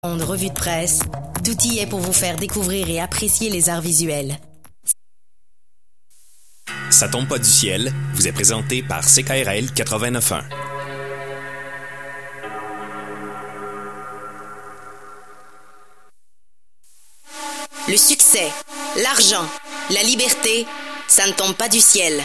Revue de presse, tout y est pour vous faire découvrir et apprécier les arts visuels. Ça tombe pas du ciel vous est présenté par CKRL 89.1. Le succès, l'argent, la liberté, ça ne tombe pas du ciel.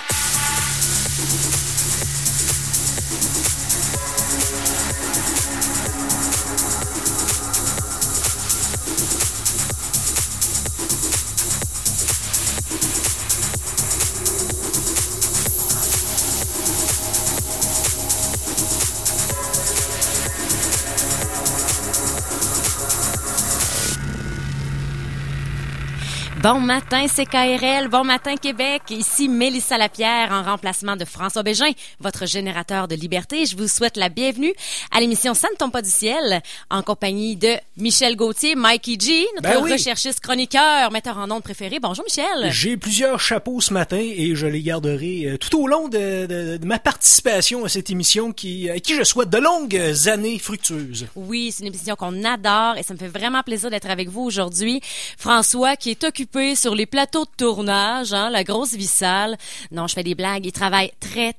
Bon matin CKRL, bon matin Québec, ici Mélissa Lapierre en remplacement de François Bégin, votre générateur de liberté. Je vous souhaite la bienvenue à l'émission Ça ne tombe pas du ciel, en compagnie de Michel Gauthier, Mikey G, notre recherchiste chroniqueur, metteur en ondes préféré. Bonjour Michel. J'ai plusieurs chapeaux ce matin et je les garderai tout au long de ma participation à cette émission à qui je souhaite de longues années fructueuses. Oui, c'est une émission qu'on adore et ça me fait vraiment plaisir d'être avec vous aujourd'hui. François qui est occupé sur les plateaux de tournage, la grosse vie sale. Non, je fais des blagues. Il travaille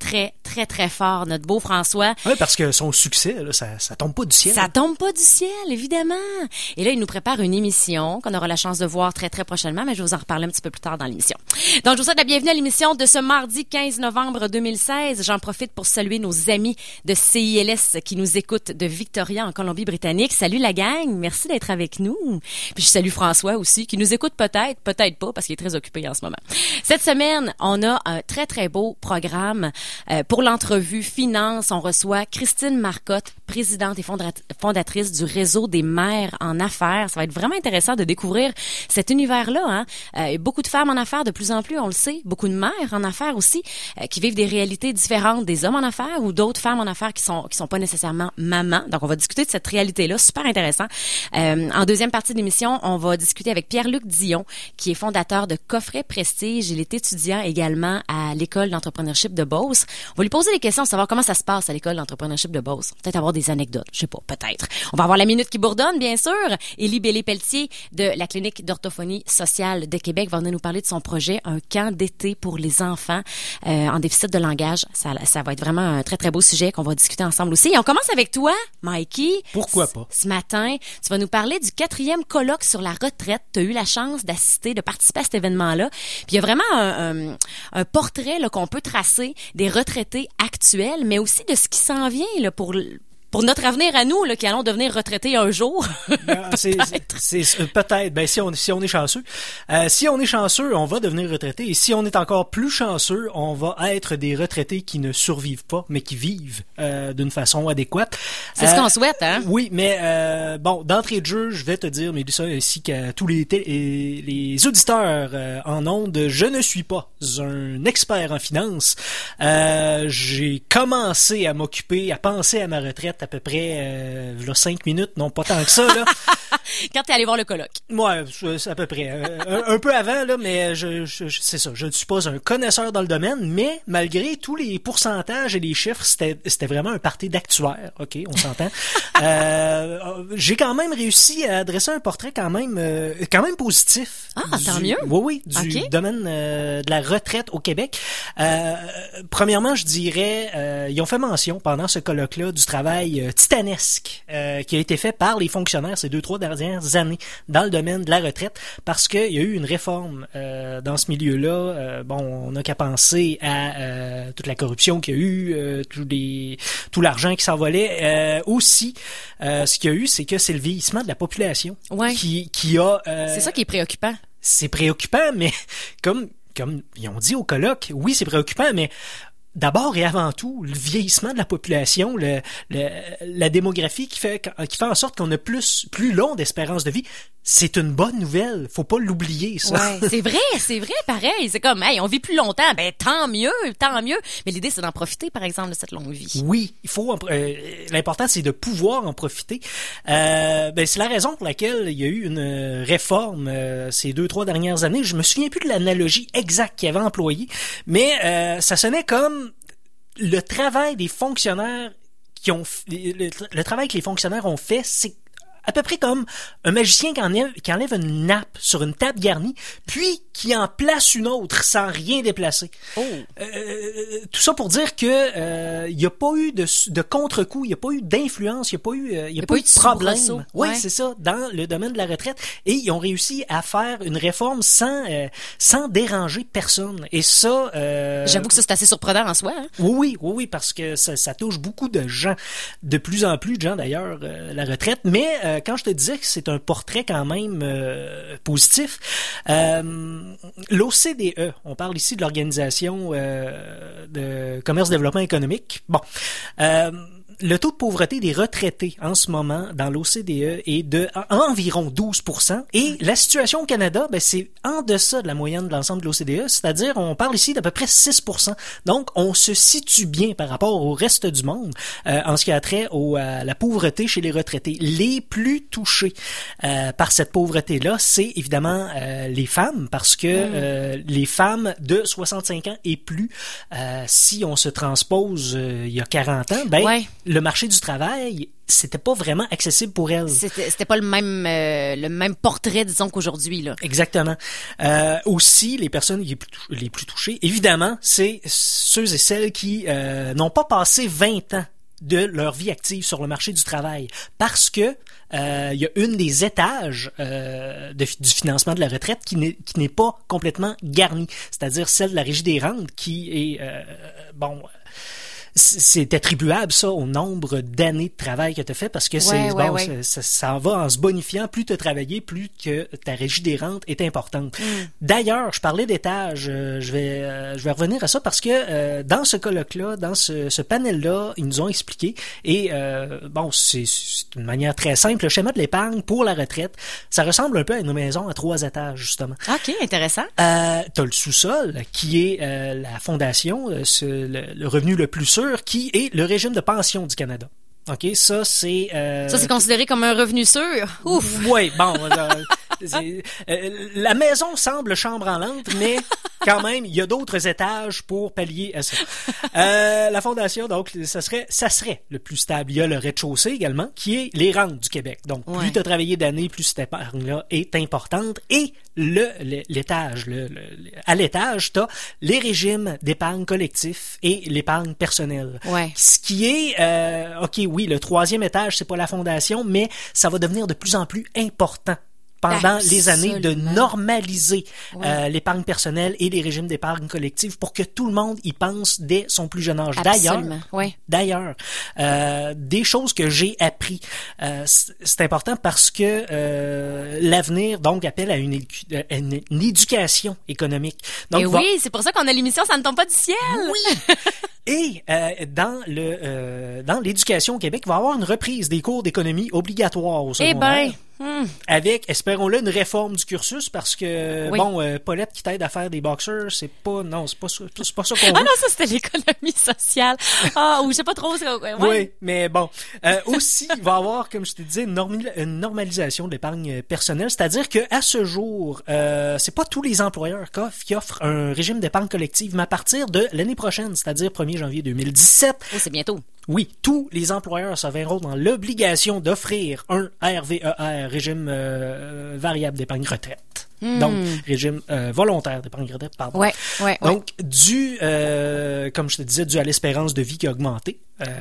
très fort, notre beau François. Oui, parce que son succès, là, ça tombe pas du ciel. Ça tombe pas du ciel, évidemment. Et là, il nous prépare une émission qu'on aura la chance de voir très prochainement, mais je vais vous en reparler un petit peu plus tard dans l'émission. Donc, je vous souhaite la bienvenue à l'émission de ce mardi 15 novembre 2016. J'en profite pour saluer nos amis de CILS qui nous écoutent de Victoria en Colombie-Britannique. Salut la gang, merci d'être avec nous. Puis je salue François aussi, qui nous écoute peut-être pas, parce qu'il est très occupé en ce moment. Cette semaine, on a un très beau programme. Pour l'entrevue Finance, on reçoit Christine Marcotte, présidente et fondatrice du réseau des mères en affaires. Ça va être vraiment intéressant de découvrir cet univers-là. Beaucoup de femmes en affaires, de plus en plus, on le sait. Beaucoup de mères en affaires aussi, qui vivent des réalités différentes des hommes en affaires ou d'autres femmes en affaires qui sont pas nécessairement mamans. Donc, on va discuter de cette réalité-là. Super intéressant. En deuxième partie de l'émission, on va discuter avec Pierre-Luc Dion, qui est fondateur de Coffret Prestige. Il est étudiant également à l'école d'entrepreneurship de Beauce. On va lui poser des questions, savoir comment ça se passe à l'école d'entrepreneurship de Beauce. Peut-être avoir des anecdotes, je sais pas, peut-être. On va avoir la minute qui bourdonne, bien sûr. Élie Bellé-Pelletier de la clinique d'orthophonie sociale de Québec va venir nous parler de son projet, un camp d'été pour les enfants en déficit de langage. Ça va être vraiment un très beau sujet qu'on va discuter ensemble aussi. Et on commence avec toi, Mikey. Pourquoi pas? Ce matin, tu vas nous parler du 4e colloque sur la retraite. Tu as eu la chance d'assister, de participer à cet événement-là. Puis il y a vraiment un portrait là, qu'on peut tracer des retraités actuels, mais aussi de ce qui s'en vient là, pour notre avenir à nous, là, qui allons devenir retraités un jour. Peut-être. Ben, si on est chanceux. Si on est chanceux, on va devenir retraité. Et si on est encore plus chanceux, on va être des retraités qui ne survivent pas, mais qui vivent d'une façon adéquate. C'est ce qu'on souhaite, hein? Oui, mais bon, d'entrée de jeu, je vais te dire, Mélissa, ainsi qu'à tous les auditeurs en ondes, je ne suis pas un expert en finance. J'ai commencé à m'occuper, à penser à ma retraite à peu près 5 minutes, non pas tant que ça là. Quand t'es allé voir le colloque. Ouais, c'est à peu près un peu avant là, mais c'est ça, je ne suis pas un connaisseur dans le domaine, mais malgré tous les pourcentages et les chiffres, c'était vraiment un party d'actuaires, OK, on s'entend. J'ai quand même réussi à dresser un portrait quand même positif. Ah, tant mieux. Oui, du domaine de la retraite au Québec. Premièrement, je dirais ils ont fait mention pendant ce colloque-là du travail titanesque qui a été fait par les fonctionnaires ces 2-3 dernières années dans le domaine de la retraite, parce qu'il y a eu une réforme dans ce milieu-là. On n'a qu'à penser à toute la corruption qu'il y a eu, tout l'argent qui s'envolait. Aussi, ce qu'il y a eu, c'est que c'est le vieillissement de la population qui a... c'est ça qui est préoccupant. C'est préoccupant, mais comme ils ont dit au colloque, oui, c'est préoccupant, mais d'abord et avant tout, le vieillissement de la population, la démographie qui fait en sorte qu'on a plus long d'espérance de vie, c'est une bonne nouvelle. Faut pas l'oublier, ça. Ouais, c'est vrai, pareil. C'est comme, hey, on vit plus longtemps, ben tant mieux. Mais l'idée, c'est d'en profiter, par exemple, de cette longue vie. Oui, il faut. L'important, c'est de pouvoir en profiter. C'est la raison pour laquelle il y a eu une réforme ces 2-3 dernières années. Je me souviens plus de l'analogie exacte qu'il avait employée, mais ça sonnait comme le travail des fonctionnaires le travail que les fonctionnaires ont fait, c'est À peu près comme un magicien qui enlève une nappe sur une table garnie, puis qui en place une autre sans rien déplacer. Oh. Tout ça pour dire que il y a pas eu de contre-coup, il y a pas eu d'influence, il y a pas eu de problème. Oui, c'est ça, dans le domaine de la retraite. Et ils ont réussi à faire une réforme sans déranger personne. Et ça... J'avoue que ça, c'est assez surprenant en soi. Hein? Oui, parce que ça touche beaucoup de gens. De plus en plus de gens, d'ailleurs, la retraite. Mais quand je te disais que c'est un portrait quand même positif, l'OCDE, on parle ici de l'Organisation de commerce et développement économique. Bon, le taux de pauvreté des retraités en ce moment dans l'OCDE est de environ 12%. Et la situation au Canada, c'est en deçà de la moyenne de l'ensemble de l'OCDE, c'est-à-dire on parle ici d'à peu près 6%. Donc, on se situe bien par rapport au reste du monde en ce qui a trait à la pauvreté chez les retraités. Les plus touchés par cette pauvreté-là, c'est évidemment les femmes, parce que les femmes de 65 ans et plus, si on se transpose il y a 40 ans, le marché du travail, c'était pas vraiment accessible pour elles. C'était pas le même portrait, disons, qu'aujourd'hui, là. Exactement. Aussi, les personnes les plus touchées, évidemment, c'est ceux et celles qui n'ont pas passé 20 ans de leur vie active sur le marché du travail, parce que il y a une des étages du financement de la retraite qui n'est pas complètement garnie, c'est-à-dire celle de la Régie des rentes qui est c'est attribuable, ça, au nombre d'années de travail que tu as fait, parce que ça va en se bonifiant. Plus tu as travaillé, plus que ta régie des rentes est importante. D'ailleurs, je parlais d'étage, je vais revenir à ça parce que dans ce colloque-là, dans ce panel-là, ils nous ont expliqué, et c'est une manière très simple, le schéma de l'épargne pour la retraite, ça ressemble un peu à une maison à 3 étages, justement. OK, intéressant. T'as le sous-sol, qui est la fondation, le revenu le plus sûr, qui est le régime de pension du Canada. OK, ça, c'est... Ça, c'est considéré comme un revenu sûr? Ouf! Oui, bon... la maison semble chambranlante, mais quand même, il y a d'autres étages pour pallier à ça. La fondation, donc, ça serait le plus stable. Il y a le rez-de-chaussée également, qui est les rentes du Québec. Donc, plus tu as travaillé d'années, plus cette épargne-là est importante. Et l'étage, à l'étage, tu as les régimes d'épargne collectif et l'épargne personnelle. Ouais. Ce qui est, oui, le 3e étage, c'est pas la fondation, mais ça va devenir de plus en plus important pendant les années de normaliser l'épargne personnelle et les régimes d'épargne collective pour que tout le monde y pense dès son plus jeune âge. D'ailleurs, des choses que j'ai appris, c'est important parce que l'avenir donc appelle à une éducation économique. Donc, oui, c'est pour ça qu'on a l'émission Ça ne tombe pas du ciel. Oui. Et dans l'éducation au Québec, il va y avoir une reprise des cours d'économie obligatoires au secondaire. Avec, espérons-le, une réforme du cursus, parce que, Paulette qui t'aide à faire des boxers, c'est pas ça qu'on veut. Ah non, ça c'était l'économie sociale. Ou je sais pas trop. Oui, mais bon. Aussi, il va y avoir, comme je te disais, une normalisation de l'épargne personnelle, c'est-à-dire que à ce jour, c'est pas tous les employeurs qui offrent un régime d'épargne collective, mais à partir de l'année prochaine, c'est-à-dire 1er janvier 2017. Oh, c'est bientôt. Oui, tous les employeurs se verront dans l'obligation d'offrir un RVER, régime variable d'épargne retraite. Donc, régime volontaire d'épargne retraite, pardon. Donc, comme je te disais, dû à l'espérance de vie qui a augmenté,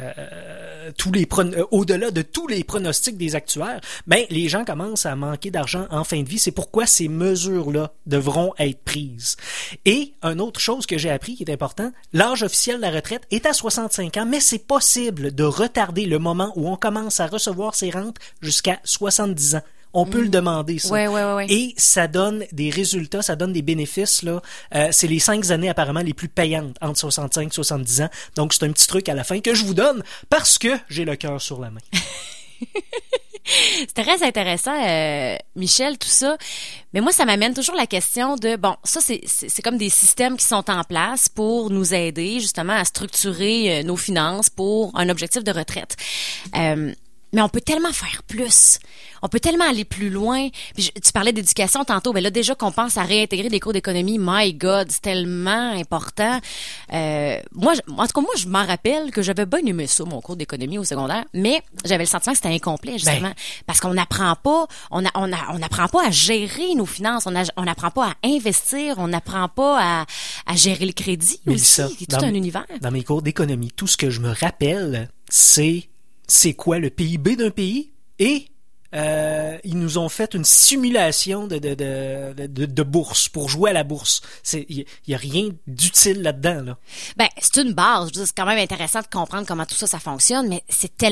au-delà de tous les pronostics des actuaires, les gens commencent à manquer d'argent en fin de vie. C'est pourquoi ces mesures-là devront être prises. Et une autre chose que j'ai appris qui est important, l'âge officiel de la retraite est à 65 ans, mais c'est possible de retarder le moment où on commence à recevoir ses rentes jusqu'à 70 ans. On peut le demander, ça. Ouais. Et ça donne des résultats, ça donne des bénéfices, là. C'est les 5 années apparemment les plus payantes entre 65 et 70 ans. Donc, c'est un petit truc à la fin que je vous donne parce que j'ai le cœur sur la main. C'est très intéressant, Michel, tout ça. Mais moi, ça m'amène toujours la question de, ça, c'est comme des systèmes qui sont en place pour nous aider, justement, à structurer nos finances pour un objectif de retraite. Mais on peut tellement faire plus. On peut tellement aller plus loin. Puis tu parlais d'éducation tantôt. Ben là, déjà qu'on pense à réintégrer des cours d'économie, my God, c'est tellement important. En tout cas, moi, je m'en rappelle que j'avais bien aimé ça, mon cours d'économie au secondaire, mais j'avais le sentiment que c'était incomplet, justement. Parce qu'on n'apprend pas, on n'apprend pas à gérer nos finances, on n'apprend pas à investir, on n'apprend pas à gérer le crédit aussi, qui est tout un univers. Dans mes cours d'économie, tout ce que je me rappelle, c'est quoi le PIB d'un pays et ils nous ont fait une simulation de bourse pour jouer à la bourse. Il y a rien d'utile là-dedans, là. Ben, c'est une base. Je veux dire, c'est quand même intéressant de comprendre comment tout ça fonctionne, mais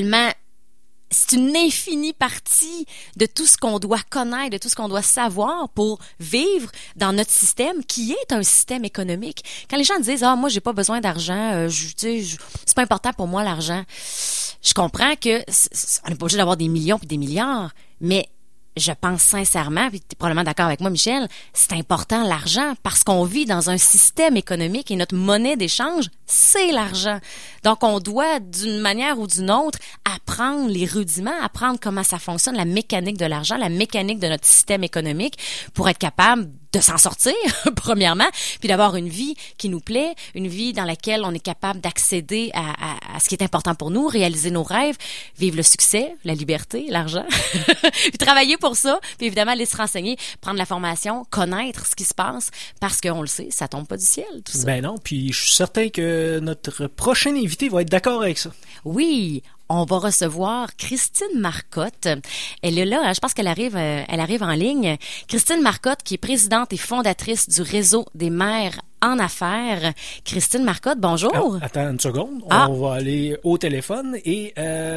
c'est une infinie partie de tout ce qu'on doit connaître, de tout ce qu'on doit savoir pour vivre dans notre système, qui est un système économique. Quand les gens disent, moi, j'ai pas besoin d'argent, c'est pas important pour moi, l'argent. Je comprends que on n'est pas obligé d'avoir des millions puis des milliards, mais je pense sincèrement, puis tu es probablement d'accord avec moi, Michel, c'est important l'argent parce qu'on vit dans un système économique et notre monnaie d'échange, c'est l'argent. Donc, on doit, d'une manière ou d'une autre, apprendre les rudiments, apprendre comment ça fonctionne, la mécanique de l'argent, la mécanique de notre système économique pour être capable de s'en sortir, premièrement, puis d'avoir une vie qui nous plaît, une vie dans laquelle on est capable d'accéder à ce qui est important pour nous, réaliser nos rêves, vivre le succès, la liberté, l'argent, puis travailler pour ça, puis évidemment aller se renseigner, prendre la formation, connaître ce qui se passe, parce qu'on le sait, ça tombe pas du ciel, tout ça. Ben non, puis je suis certain que notre prochain invité va être d'accord avec ça. Oui, on va recevoir Christine Marcotte. Elle est là, je pense qu'elle arrive en ligne. Christine Marcotte, qui est présidente et fondatrice du Réseau des maires en affaires. Christine Marcotte, bonjour. Attends une seconde, on va aller au téléphone et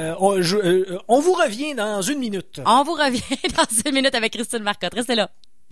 on vous revient dans une minute. On vous revient dans une minute avec Christine Marcotte. Restez là.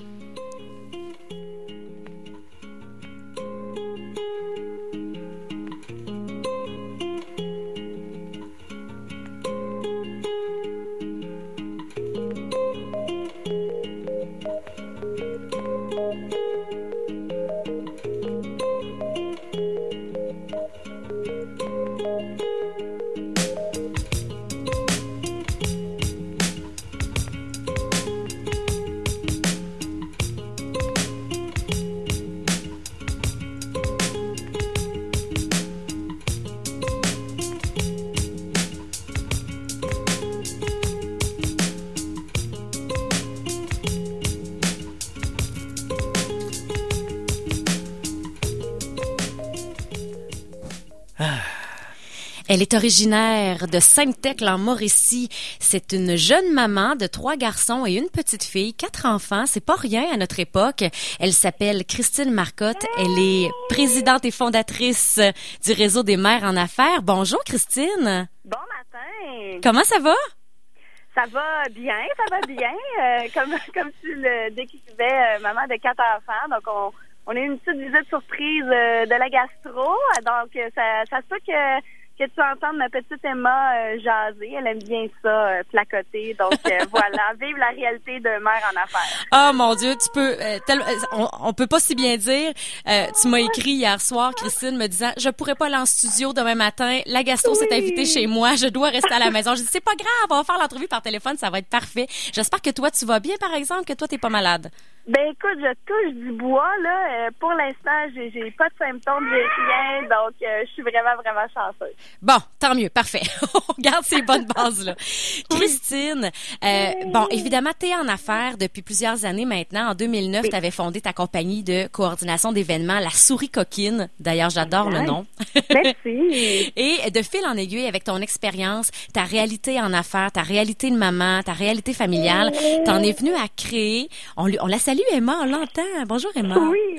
Elle est originaire de Sainte-Thècle en Mauricie. C'est une jeune maman de 3 garçons et une petite fille, 4 enfants. C'est pas rien à notre époque. Elle s'appelle Christine Marcotte. Elle est présidente et fondatrice du Réseau des maires en affaires. Bonjour Christine. Bon matin. Comment ça va? Ça va bien. Comme tu le décrivais, maman de 4 enfants. Donc on a eu une petite visite surprise de la gastro. Donc ça se peut que tu entends ma petite Emma jaser. Elle aime bien ça, placoter. Donc voilà, vive la réalité de mère en affaires. Oh mon Dieu, tu peux on peut pas si bien dire. Tu m'as écrit hier soir, Christine, me disant je pourrais pas aller en studio demain matin. La gastro s'est invitée chez moi. Je dois rester à la maison. Je dis c'est pas grave, on va faire l'entrevue par téléphone, ça va être parfait. J'espère que toi tu vas bien, par exemple, que toi t'es pas malade. Ben écoute, je touche du bois là. Pour l'instant, j'ai pas de symptômes, j'ai rien, donc je suis vraiment chanceuse. Bon, tant mieux, parfait. On garde ces bonnes bases là. Christine, bon, évidemment, t'es en affaires depuis plusieurs années maintenant. En 2009, oui. T'avais fondé ta compagnie de coordination d'événements, La Souris Coquine. D'ailleurs, j'adore le nom. Merci. Et de fil en aiguille, avec ton expérience, ta réalité en affaires, ta réalité de maman, ta réalité familiale, t'en es venue à créer. On la salue, Emma, on l'entend. Bonjour, Emma. Oui.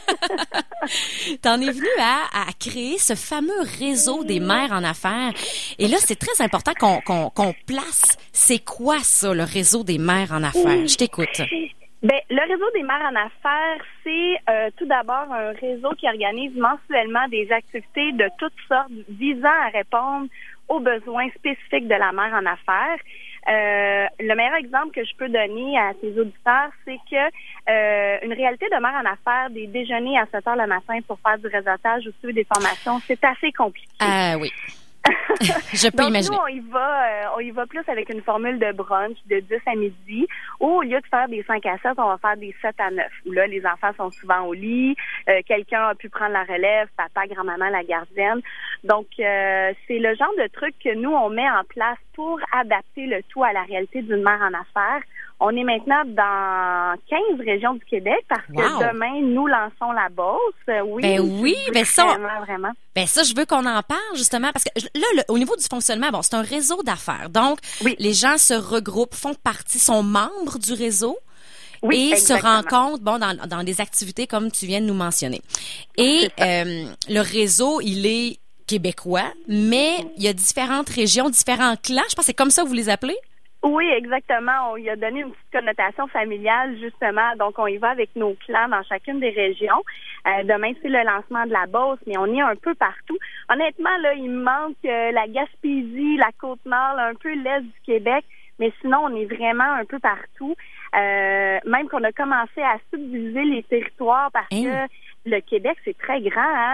T'en es venue à créer ce fameux réseau des maires en affaires. Et là, c'est très important qu'on place. C'est quoi ça, le réseau des maires en affaires? Je t'écoute. Ben, le réseau des maires en affaires, c'est tout d'abord un réseau qui organise mensuellement des activités de toutes sortes visant à répondre aux besoins spécifiques de la mère en affaires. Le meilleur exemple que je peux donner à tes auditeurs, c'est que une réalité de mère en affaires, des déjeuners à 7 heures le matin pour faire du réseautage ou suivre des formations, c'est assez compliqué. Oui. Je peux Donc, imaginer. nous, on y va plus avec une formule de brunch de 10 à midi, où au lieu de faire des 5 à 7, on va faire des 7 à 9, où là, les enfants sont souvent au lit, quelqu'un a pu prendre la relève, papa, grand-maman, la gardienne. Donc, c'est le genre de truc que nous, on met en place pour adapter le tout à la réalité d'une mère en affaires. On est maintenant dans 15 régions du Québec parce que demain, nous lançons la Beauce. Oui, vraiment. Ben ça, je veux qu'on en parle justement parce que là, au niveau du fonctionnement, bon, c'est un réseau d'affaires. Donc, les gens se regroupent, font partie, sont membres du réseau. Et exactement. se rencontrent dans des activités comme tu viens de nous mentionner. Et le réseau, il est québécois, mais il y a différentes régions, différents clans. Je pense que c'est comme ça que vous les appelez? Oui, exactement. On y a donné une petite connotation familiale, justement. Donc, on y va avec nos clans dans chacune des régions. Demain, c'est le lancement de la Beauce, mais on est un peu partout. Honnêtement, là, il me manque la Gaspésie, la Côte-Nord, un peu l'Est du Québec. Mais sinon, on est vraiment un peu partout. Même qu'on a commencé à subdiviser les territoires parce que le Québec, c'est très grand. Hein?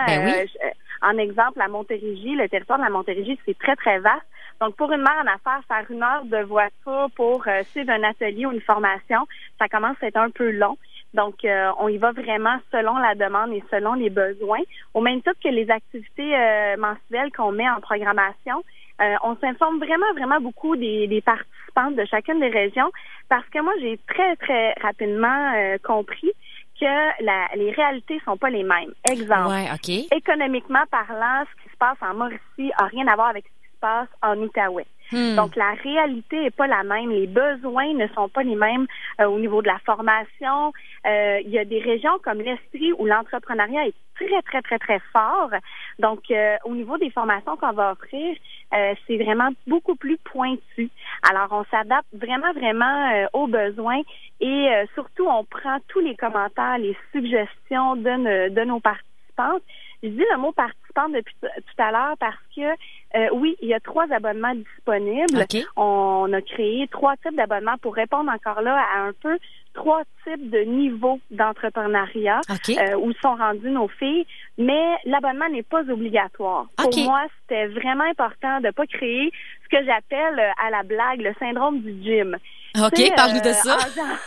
En exemple, la Montérégie, le territoire de la Montérégie, c'est très, très vaste. Donc, pour une mère en affaires, faire 1 heure de voiture pour suivre un atelier ou une formation, ça commence à être un peu long. Donc, on y va vraiment selon la demande et selon les besoins. Au même titre que les activités mensuelles qu'on met en programmation, on s'informe vraiment, vraiment beaucoup des participantes de chacune des régions parce que moi, j'ai très, très rapidement compris que les réalités sont pas les mêmes. Exemple, économiquement parlant, ce qui se passe en Mauricie a rien à voir avec ce qui se passe en Outaouais. Donc, la réalité est pas la même. Les besoins ne sont pas les mêmes au niveau de la formation. Il y a des régions comme l'Estrie où l'entrepreneuriat est très, très, très, très fort. Donc, au niveau des formations qu'on va offrir, c'est vraiment beaucoup plus pointu. Alors, on s'adapte vraiment, vraiment aux besoins et surtout, on prend tous les commentaires, les suggestions de nos participantes. Je dis le mot participante depuis tout à l'heure parce que, oui, il y a 3 abonnements disponibles. On a créé 3 types d'abonnements pour répondre encore là à un peu 3 types de niveaux d'entrepreneuriat où sont rendues nos filles, mais l'abonnement n'est pas obligatoire. Pour moi, c'était vraiment important de pas créer ce que j'appelle à la blague le syndrome du gym. Parle-nous de ça.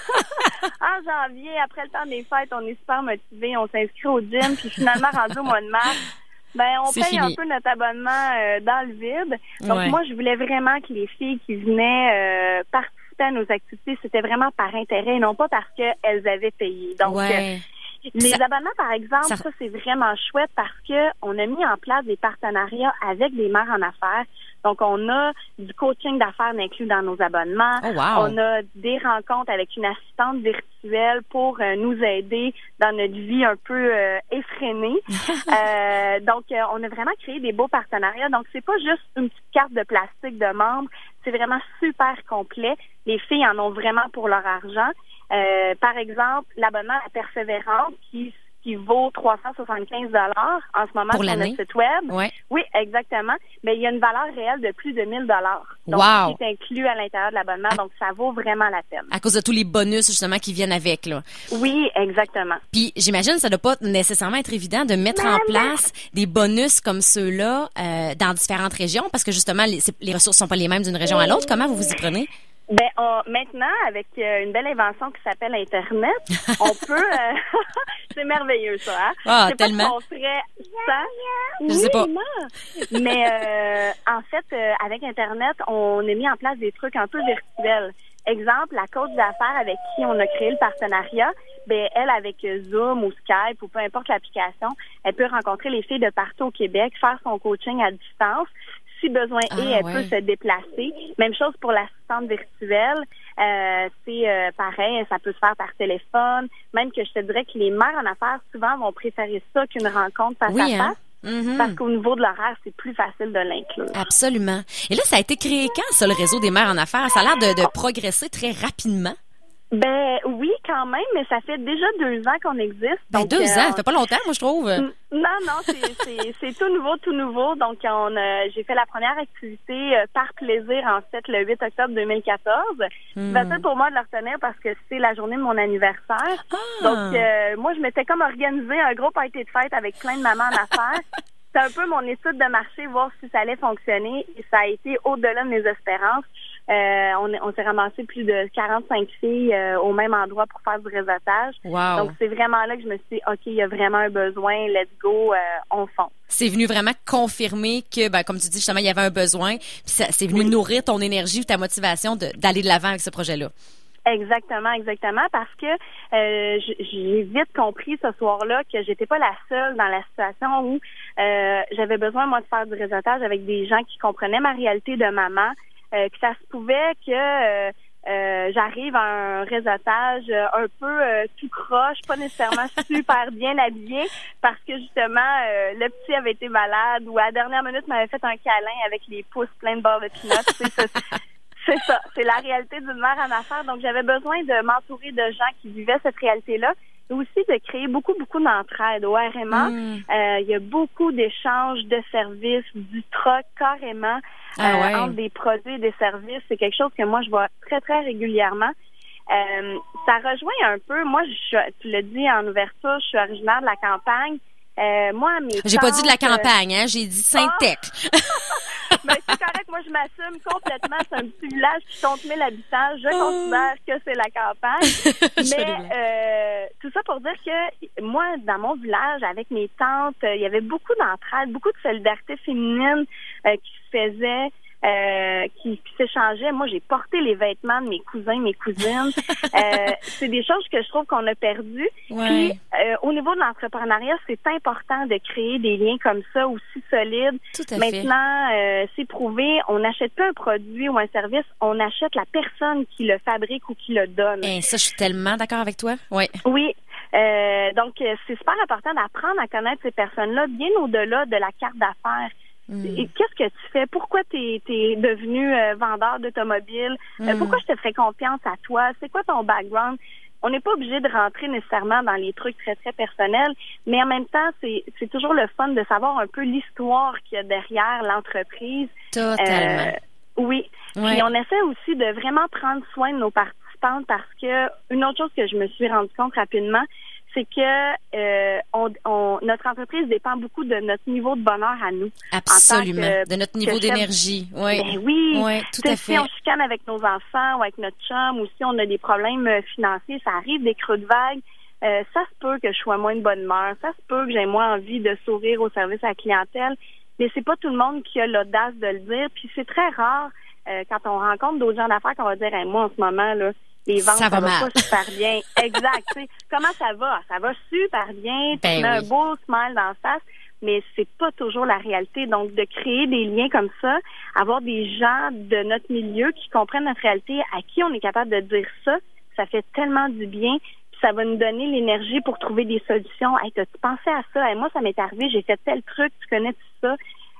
En janvier, après le temps des fêtes, on est super motivés, on s'inscrit au gym, puis finalement, rendu au mois de mars, on paye un peu notre abonnement dans le vide. Donc, moi, je voulais vraiment que les filles qui venaient participer à nos activités, c'était vraiment par intérêt, non pas parce qu'elles avaient payé. Donc, les abonnements, par exemple, ça c'est vraiment chouette parce que on a mis en place des partenariats avec des mères en affaires. Donc, on a du coaching d'affaires inclus dans nos abonnements. On a des rencontres avec une assistante virtuelle pour nous aider dans notre vie un peu effrénée. Donc, on a vraiment créé des beaux partenariats. Donc, c'est pas juste une petite carte de plastique de membre. C'est vraiment super complet. Les filles en ont vraiment pour leur argent. Par exemple, l'abonnement à la Persévérante qui vaut 375 $ en ce moment pour sur notre site web. Oui, exactement. Mais il y a une valeur réelle de plus de 1 000 $. Donc, qui est inclus à l'intérieur de l'abonnement. Donc, ça vaut vraiment la peine. À cause de tous les bonus, justement, qui viennent avec, là. Oui, exactement. Puis, j'imagine que ça doit pas nécessairement être évident de mettre en place des bonus comme ceux-là dans différentes régions parce que, justement, les ressources sont pas les mêmes d'une région à l'autre. Comment vous vous y prenez? Maintenant, avec une belle invention qui s'appelle Internet, on peut... c'est merveilleux, ça, hein? Ah, tellement. Pas qu'on ferait ça. Je sais pas. Mais en fait, avec Internet, on a mis en place des trucs un peu virtuels. Exemple, la coach d'affaires avec qui on a créé le partenariat, elle, avec Zoom ou Skype ou peu importe l'application, elle peut rencontrer les filles de partout au Québec, faire son coaching à distance. Si besoin elle peut se déplacer. Même chose pour l'assistante virtuelle. C'est pareil, ça peut se faire par téléphone. Même que je te dirais que les mères en affaires, souvent, vont préférer ça qu'une rencontre face à face. Parce qu'au niveau de l'horaire, c'est plus facile de l'inclure. Absolument. Et là, ça a été créé quand, ça, le réseau des mères en affaires? Ça a l'air de progresser très rapidement. Oui, quand même, mais ça fait déjà 2 ans qu'on existe. Donc, 2 ans, ça fait pas longtemps, moi, je trouve. Non, c'est tout nouveau. Donc, j'ai fait la première activité par plaisir, en fait, le 8 octobre 2014. C'est facile pour moi de le retenir parce que c'est la journée de mon anniversaire. Donc, moi, je m'étais comme organisé un gros party de fête avec plein de mamans en affaires. c'était un peu mon étude de marché, voir si ça allait fonctionner. Et ça a été au-delà de mes espérances. On s'est ramassé plus de 45 filles au même endroit pour faire du réseautage. Wow. Donc, c'est vraiment là que je me suis dit, OK, il y a vraiment un besoin, let's go, on fonce. C'est venu vraiment confirmer que, comme tu dis, justement, il y avait un besoin. Puis c'est venu nourrir ton énergie ou ta motivation d'aller de l'avant avec ce projet-là. Exactement, parce que j'ai vite compris ce soir-là que j'étais pas la seule dans la situation où j'avais besoin, moi, de faire du réseautage avec des gens qui comprenaient ma réalité de maman. Puis ça se pouvait que j'arrive à un réseautage un peu tout croche, pas nécessairement super bien habillé, parce que justement le petit avait été malade ou à la dernière minute m'avait fait un câlin avec les pouces pleins de beurre de pinot. C'est ça, c'est la réalité d'une mère en affaires. Donc j'avais besoin de m'entourer de gens qui vivaient cette réalité-là. Et aussi de créer beaucoup d'entraide. Au RMA, il y a beaucoup d'échanges de services, du troc carrément, entre des produits et des services. C'est quelque chose que moi, je vois très, très régulièrement. Ça rejoint un peu, moi, tu l'as dit en ouverture, je suis originaire de la campagne. Moi, j'ai pas dit de la campagne, hein, j'ai dit Sainte-Tech. Mais c'est correct, moi je m'assume complètement, c'est un petit village qui compte 1000 habitants, je considère que c'est la campagne. Mais tout ça pour dire que moi, dans mon village, avec mes tantes, il y avait beaucoup d'entraide, beaucoup de solidarité féminine qui se faisait. Qui s'échangeaient. Moi, j'ai porté les vêtements de mes cousins, mes cousines. C'est des choses que je trouve qu'on a perdues. Ouais. Puis, au niveau de l'entrepreneuriat, c'est important de créer des liens comme ça, aussi solides. Tout à fait. Maintenant, c'est prouvé, on n'achète pas un produit ou un service, on achète la personne qui le fabrique ou qui le donne. Et ça, je suis tellement d'accord avec toi. Oui. Oui. Donc, c'est super important d'apprendre à connaître ces personnes-là, bien au-delà de la carte d'affaires. Et qu'est-ce que tu fais? Pourquoi t'es devenu vendeur d'automobile? Pourquoi je te ferais confiance à toi? C'est quoi ton background? On n'est pas obligé de rentrer nécessairement dans les trucs très, très personnels, mais en même temps, c'est toujours le fun de savoir un peu l'histoire qu'il y a derrière l'entreprise. Totalement. Oui. Ouais. Puis on essaie aussi de vraiment prendre soin de nos participantes parce que une autre chose que je me suis rendu compte rapidement, c'est que notre entreprise dépend beaucoup de notre niveau de bonheur à nous. Absolument. De notre niveau d'énergie. Oui. Ben oui. Oui, tout à fait. Si on chicane avec nos enfants ou avec notre chum ou si on a des problèmes financiers, ça arrive des creux de vague. Ça se peut que je sois moins de bonne humeur. Ça se peut que j'ai moins envie de sourire au service à la clientèle. Mais c'est pas tout le monde qui a l'audace de le dire. Puis c'est très rare quand on rencontre d'autres gens d'affaires qu'on va dire hey, moi en ce moment là. Les ventes, ça va pas super bien. Exact. Tu sais, comment ça va? Ça va super bien. Tu mets un beau smile dans la face, mais c'est pas toujours la réalité. Donc, de créer des liens comme ça, avoir des gens de notre milieu qui comprennent notre réalité, à qui on est capable de dire ça, ça fait tellement du bien. Puis ça va nous donner l'énergie pour trouver des solutions. Hey, t'as-tu pensé à ça? Hey, moi, ça m'est arrivé, j'ai fait tel truc, tu connais tout ça.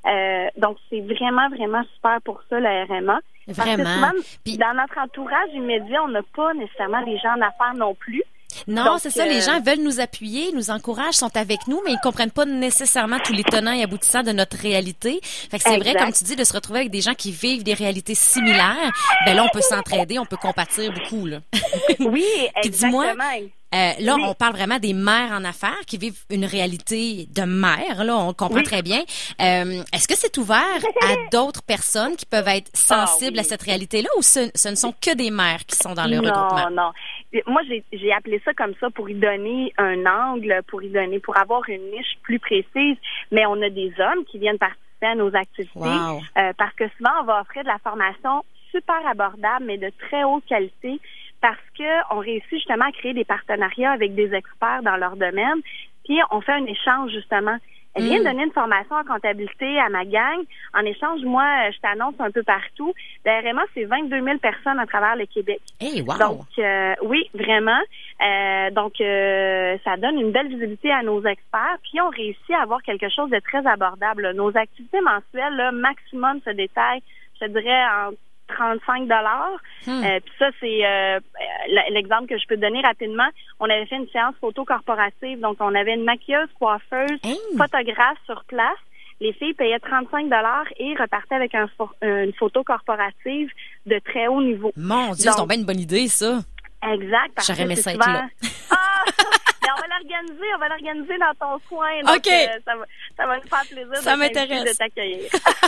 Donc, c'est vraiment, vraiment super pour ça, le RMA. Vraiment. Parce que souvent, dans notre entourage immédiat, on n'a pas nécessairement des gens en affaires non plus. Non, donc, c'est ça. Les gens veulent nous appuyer, nous encouragent, sont avec nous, mais ils comprennent pas nécessairement tous les tenants et aboutissants de notre réalité. Fait que c'est vrai, comme tu dis, de se retrouver avec des gens qui vivent des réalités similaires. Ben là, on peut s'entraider, on peut compatir beaucoup, là. Oui, exactement. Dis-moi, là, on parle vraiment des mères en affaires qui vivent une réalité de mère. Là, on le comprend très bien. Est-ce que c'est ouvert à d'autres personnes qui peuvent être sensibles à cette réalité-là ou ce ne sont que des mères qui sont dans le regroupement? Non. Moi, j'ai appelé ça comme ça pour y donner un angle, pour avoir une niche plus précise. Mais on a des hommes qui viennent participer à nos activités parce que souvent, on va offrir de la formation super abordable, mais de très haute qualité. Parce que on réussit justement à créer des partenariats avec des experts dans leur domaine, puis on fait un échange justement. Elle vient de donner une formation en comptabilité à ma gang. En échange, moi, je t'annonce un peu partout. Le RMA, c'est 22 000 personnes à travers le Québec. Hey, wow! Donc, oui, vraiment. Donc, ça donne une belle visibilité à nos experts. Puis, on réussit à avoir quelque chose de très abordable. Là. Nos activités mensuelles, là, maximum se détaillent, je te dirais, en $35. Puis ça, c'est l'exemple que je peux te donner rapidement. On avait fait une séance photo corporative. Donc, on avait une maquilleuse, coiffeuse, photographe sur place. Les filles payaient $35 et repartaient avec une photo corporative de très haut niveau. Mon Dieu, c'est bien une bonne idée, ça. Exact. J'aurais aimé ça être là. Mais on va l'organiser dans ton coin. Donc, OK. Ça va nous faire plaisir ça m'intéresse. De t'accueillir.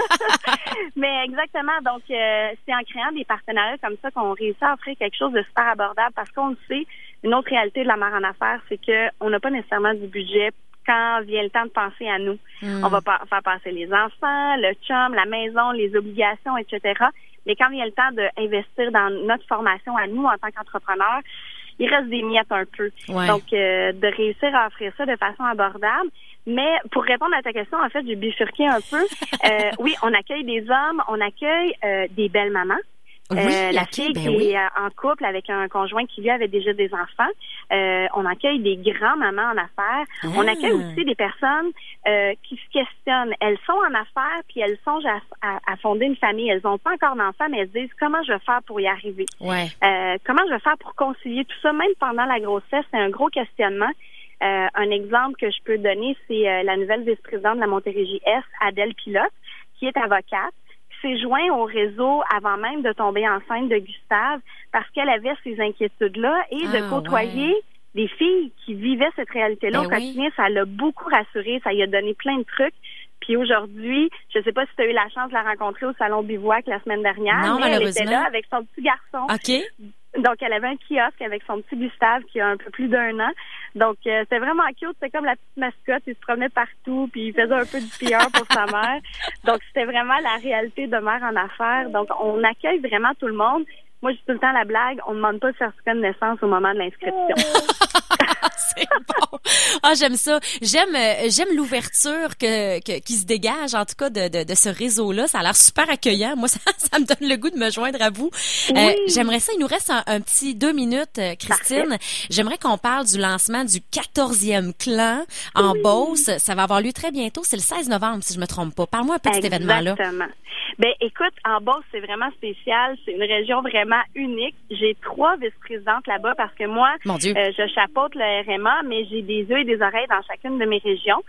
Mais exactement. Donc, c'est en créant des partenariats comme ça qu'on réussit à offrir quelque chose de super abordable parce qu'on le sait, une autre réalité de la mère en affaires, c'est qu'on n'a pas nécessairement du budget quand vient le temps de penser à nous. On va faire passer les enfants, le chum, la maison, les obligations, etc. Mais quand vient le temps d'investir dans notre formation à nous en tant qu'entrepreneurs, il reste des miettes un peu. Ouais. Donc, de réussir à offrir ça de façon abordable. Mais pour répondre à ta question, en fait, j'ai bifurqué un peu. Oui, on accueille des hommes, on accueille des belles mamans. La fille qui est en couple avec un conjoint qui lui avait déjà des enfants. On accueille des grands-mamans en affaires. On accueille aussi des personnes qui se questionnent. Elles sont en affaires puis elles songent à fonder une famille. Elles n'ont pas encore d'enfants, mais elles se disent comment je vais faire pour y arriver. Ouais. Comment je vais faire pour concilier tout ça, même pendant la grossesse. C'est un gros questionnement. Un exemple que je peux donner, c'est la nouvelle vice-présidente de la Montérégie-Est, Adèle Pilote, qui est avocate. S'est joint au réseau avant même de tomber enceinte de Gustave parce qu'elle avait ces inquiétudes-là et de côtoyer des filles qui vivaient cette réalité-là au quotidien, ça l'a beaucoup rassurée, ça lui a donné plein de trucs. Puis aujourd'hui, je sais pas si tu as eu la chance de la rencontrer au Salon Bivouac la semaine dernière, non, mais elle était là avec son petit garçon. OK. Donc, elle avait un kiosque avec son petit Gustave qui a un peu plus d'1 an. Donc, c'était vraiment cute. C'était comme la petite mascotte. Il se promenait partout, puis il faisait un peu du PR pour sa mère. Donc, c'était vraiment la réalité de mère en affaires. Donc, on accueille vraiment tout le monde. Moi, j'ai tout le temps la blague. On ne demande pas le certificat de naissance au moment de l'inscription. C'est bon. Ah, j'aime ça. J'aime l'ouverture qui se dégage, en tout cas, de ce réseau-là. Ça a l'air super accueillant. Moi, ça me donne le goût de me joindre à vous. Oui. J'aimerais ça. Il nous reste un petit 2 minutes, Christine. Parfait. J'aimerais qu'on parle du lancement du 14e clan en Beauce. Ça va avoir lieu très bientôt. C'est le 16 novembre, si je me trompe pas. Parle-moi un peu de cet événement-là. Exactement. Ben, écoute, en Beauce, c'est vraiment spécial. C'est une région vraiment unique. J'ai 3 vice-présidentes là-bas parce que moi, je chapeaute le RMA, mais j'ai des yeux et des oreilles dans chacune de mes régions.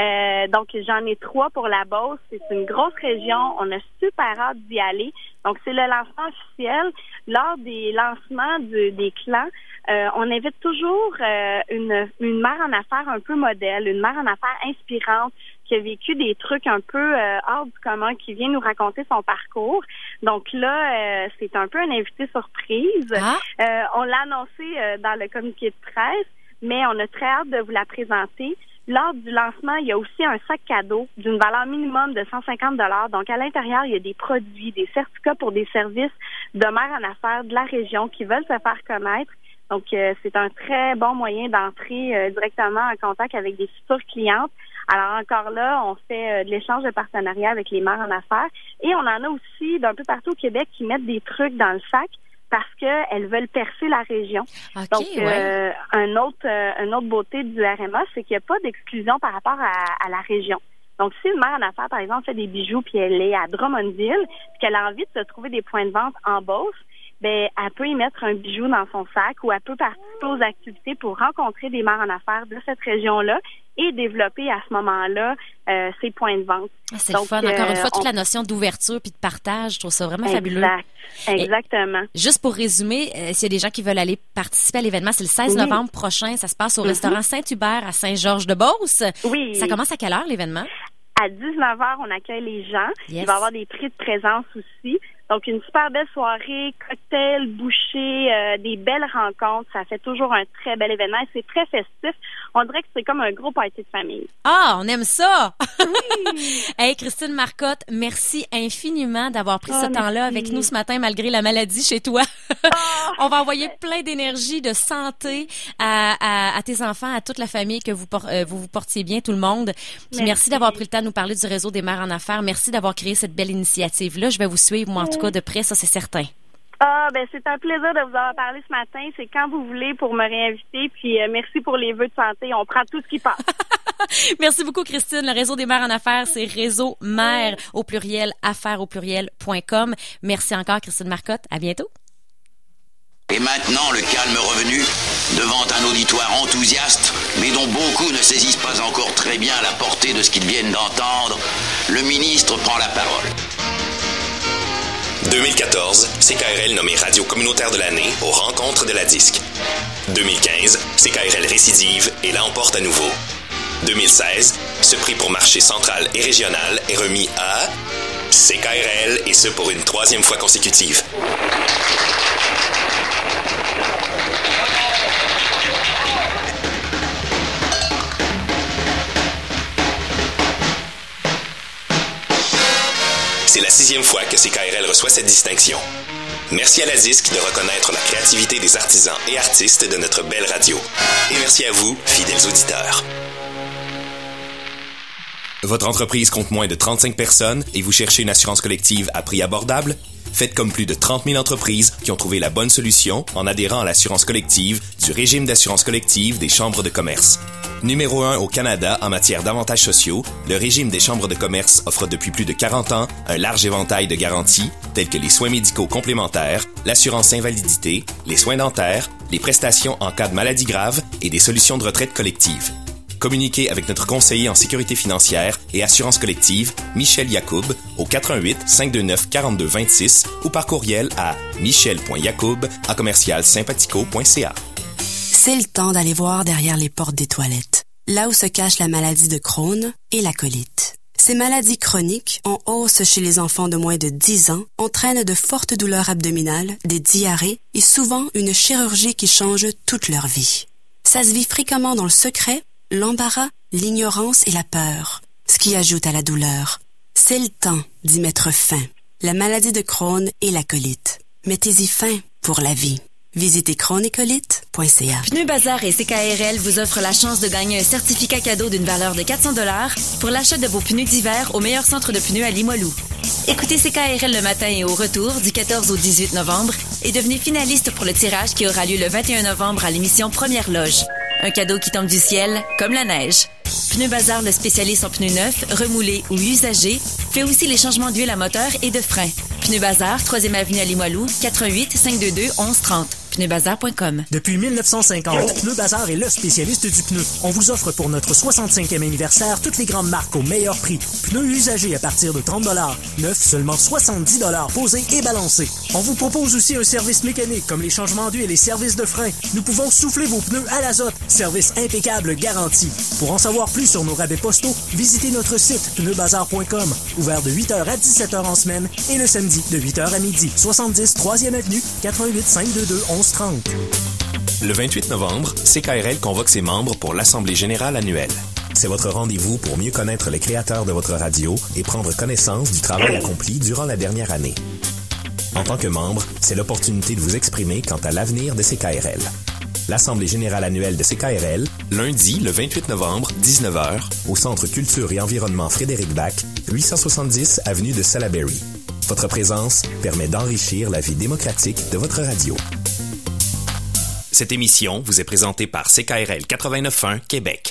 Donc, j'en ai 3 pour la Beauce. C'est une grosse région. On a super hâte d'y aller. Donc, c'est le lancement officiel. Lors des lancements des clans, on invite toujours une mère en affaires un peu modèle, une mère en affaires inspirante, qui a vécu des trucs un peu hors du commun, qui vient nous raconter son parcours. Donc là, c'est un peu un invité surprise. On l'a annoncé dans le communiqué de presse, mais on a très hâte de vous la présenter. Lors du lancement, il y a aussi un sac cadeau d'une valeur minimum de 150 $. Donc, à l'intérieur, il y a des produits, des certificats pour des services de mères en affaires de la région qui veulent se faire connaître. Donc, c'est un très bon moyen d'entrer directement en contact avec des futures clientes. Alors, encore là, on fait de l'échange de partenariat avec les mères en affaires. Et on en a aussi d'un peu partout au Québec qui mettent des trucs dans le sac parce qu'elles veulent percer la région. Okay, donc, une autre beauté du RMA, c'est qu'il n'y a pas d'exclusion par rapport à la région. Donc, si une mère en affaires, par exemple, fait des bijoux puis elle est à Drummondville puis qu'elle a envie de se trouver des points de vente en Beauce, ben, elle peut y mettre un bijou dans son sac ou elle peut participer aux activités pour rencontrer des mères en affaires de cette région-là et développer à ce moment-là ses points de vente. C'est le fun. Encore une fois, toute la notion d'ouverture puis de partage, je trouve ça vraiment fabuleux. Exactement. Et juste pour résumer, s'il y a des gens qui veulent aller participer à l'événement, c'est le 16 novembre prochain. Ça se passe au restaurant Saint-Hubert à Saint-Georges-de-Beauce. Oui. Ça commence à quelle heure, l'événement? À 19h, on accueille les gens. Il va y avoir des prix de présence aussi. Donc, une super belle soirée, cocktail, bouchée, des belles rencontres. Ça fait toujours un très bel événement. C'est très festif. On dirait que c'est comme un gros party de famille. Ah, on aime ça! Oui! Hey, Christine Marcotte, merci infiniment d'avoir pris ce temps-là avec nous ce matin, malgré la maladie chez toi. On va envoyer plein d'énergie, de santé à tes enfants, à toute la famille, que vous portiez bien, tout le monde. Puis merci d'avoir pris le temps de nous parler du réseau des mères en affaires. Merci d'avoir créé cette belle initiative-là. Je vais vous suivre, moi, en tout cas, de près, ça, c'est certain. C'est un plaisir de vous avoir parlé ce matin. C'est quand vous voulez pour me réinviter. Puis merci pour les vœux de santé. On prend tout ce qui passe. Merci beaucoup, Christine. Le réseau des mères en affaires, c'est réseau mères au pluriel, affaires au pluriel.com. Merci encore, Christine Marcotte. À bientôt. Et maintenant, le calme revenu, devant un auditoire enthousiaste, mais dont beaucoup ne saisissent pas encore très bien la portée de ce qu'ils viennent d'entendre, le ministre prend la parole. 2014, CKRL nommé Radio communautaire de l'année aux rencontres de la disque. 2015, CKRL récidive et l'emporte à nouveau. 2016, ce prix pour marché central et régional est remis à CKRL et ce pour une 3e fois consécutive. C'est la 6e fois que CKRL reçoit cette distinction. Merci à la disque de reconnaître la créativité des artisans et artistes de notre belle radio. Et merci à vous, fidèles auditeurs. Votre entreprise compte moins de 35 personnes et vous cherchez une assurance collective à prix abordable? Faites comme plus de 30 000 entreprises qui ont trouvé la bonne solution en adhérant à l'assurance collective du régime d'assurance collective des chambres de commerce. Numéro 1 au Canada en matière d'avantages sociaux, le régime des chambres de commerce offre depuis plus de 40 ans un large éventail de garanties telles que les soins médicaux complémentaires, l'assurance invalidité, les soins dentaires, les prestations en cas de maladie grave et des solutions de retraite collective. Communiquez avec notre conseiller en sécurité financière et assurance collective, Michel Yacoub, au 418-529-4226 ou par courriel à michel.yacoub@commercialsympathico.ca. C'est le temps d'aller voir derrière les portes des toilettes, là où se cache la maladie de Crohn et la colite. Ces maladies chroniques, en hausse chez les enfants de moins de 10 ans, entraînent de fortes douleurs abdominales, des diarrhées et souvent une chirurgie qui change toute leur vie. Ça se vit fréquemment dans le secret, l'embarras, l'ignorance et la peur, ce qui ajoute à la douleur. C'est le temps d'y mettre fin. La maladie de Crohn et la colite. Mettez-y fin pour la vie. Visitez crohnécolite.ca. Pneus Bazar et CKRL vous offrent la chance de gagner un certificat cadeau d'une valeur de 400 $ pour l'achat de vos pneus d'hiver au meilleur centre de pneus à Limoilou. Écoutez CKRL le matin et au retour du 14 au 18 novembre et devenez finaliste pour le tirage qui aura lieu le 21 novembre à l'émission Première Loge. Un cadeau qui tombe du ciel, comme la neige. Pneus Bazar, le spécialiste en pneus neufs, remoulés ou usagés, fait aussi les changements d'huile à moteur et de frein. Pneus Bazar, 3e avenue à Limoilou, 88 522 1130. Pneusbazar.com. Depuis 1950, Pneus Bazar est le spécialiste du pneu. On vous offre pour notre 65e anniversaire toutes les grandes marques au meilleur prix. Pneus usagés à partir de 30 $, neufs seulement 70 $ posés et balancés. On vous propose aussi un service mécanique comme les changements d'huile et les services de frein. Nous pouvons souffler vos pneus à l'azote. Service impeccable garanti. Pour en savoir plus sur nos rabais postaux, visitez notre site pneubazar.com, ouvert de 8h à 17h en semaine et le samedi de 8h à midi. 70 3e avenue, 88 522 1130. Le 28 novembre, CKRL convoque ses membres pour l'Assemblée générale annuelle. C'est votre rendez-vous pour mieux connaître les créateurs de votre radio et prendre connaissance du travail accompli durant la dernière année. En tant que membre, c'est l'opportunité de vous exprimer quant à l'avenir de CKRL. L'Assemblée générale annuelle de CKRL, lundi le 28 novembre, 19h, au Centre Culture et Environnement Frédéric Bach, 870 avenue de Salaberry. Votre présence permet d'enrichir la vie démocratique de votre radio. Cette émission vous est présentée par CKRL 89.1 Québec.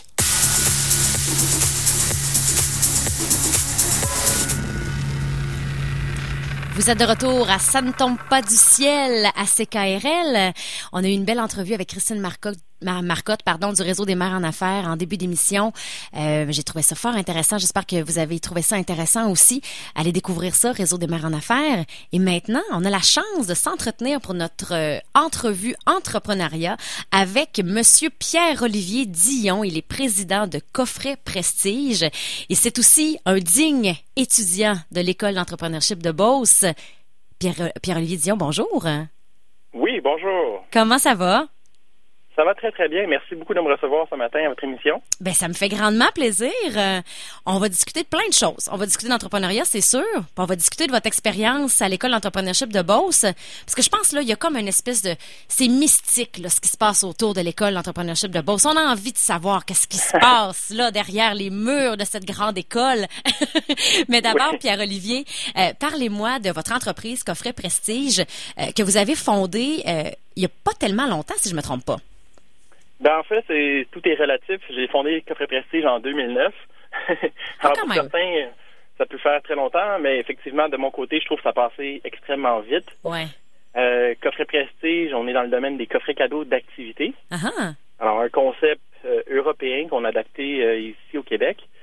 Vous êtes de retour à Ça ne tombe pas du ciel à CKRL. On a eu une belle entrevue avec Christine Marcotte du Réseau des maires en affaires en début d'émission. J'ai trouvé ça fort intéressant. J'espère que vous avez trouvé ça intéressant aussi. Allez découvrir ça, Réseau des maires en affaires. Et maintenant, on a la chance de s'entretenir pour notre entrevue entrepreneuriat avec Monsieur Pierre-Olivier Dillon. Il est président de Coffret Prestige et c'est aussi un digne étudiant de l'École d'entrepreneurship de Beauce. Pierre-Olivier Dillon, bonjour. Oui, bonjour. Comment ça va? Ça va très, très bien. Merci beaucoup de me recevoir ce matin à votre émission. Ben, ça me fait grandement plaisir. On va discuter de plein de choses. On va discuter d'entrepreneuriat, c'est sûr. Puis on va discuter de votre expérience à l'École d'entrepreneurship de Beauce. Parce que je pense, là, il y a comme une espèce de... C'est mystique, là, ce qui se passe autour de l'École d'entrepreneurship de Beauce. On a envie de savoir qu'est-ce qui se passe, là, derrière les murs de cette grande école. Mais d'abord, oui. Pierre-Olivier, parlez-moi de votre entreprise Coffret Prestige que vous avez fondée il n'y a pas tellement longtemps, si je me trompe pas. Ben, en fait, tout est relatif. J'ai fondé Coffret Prestige en 2009. Alors, pour certains, ça peut faire très longtemps, mais effectivement, de mon côté, je trouve que ça passait extrêmement vite. Ouais. Coffret Prestige, on est dans le domaine des coffrets cadeaux d'activités. Uh-huh. Alors, un concept européen qu'on a adapté ici au Québec.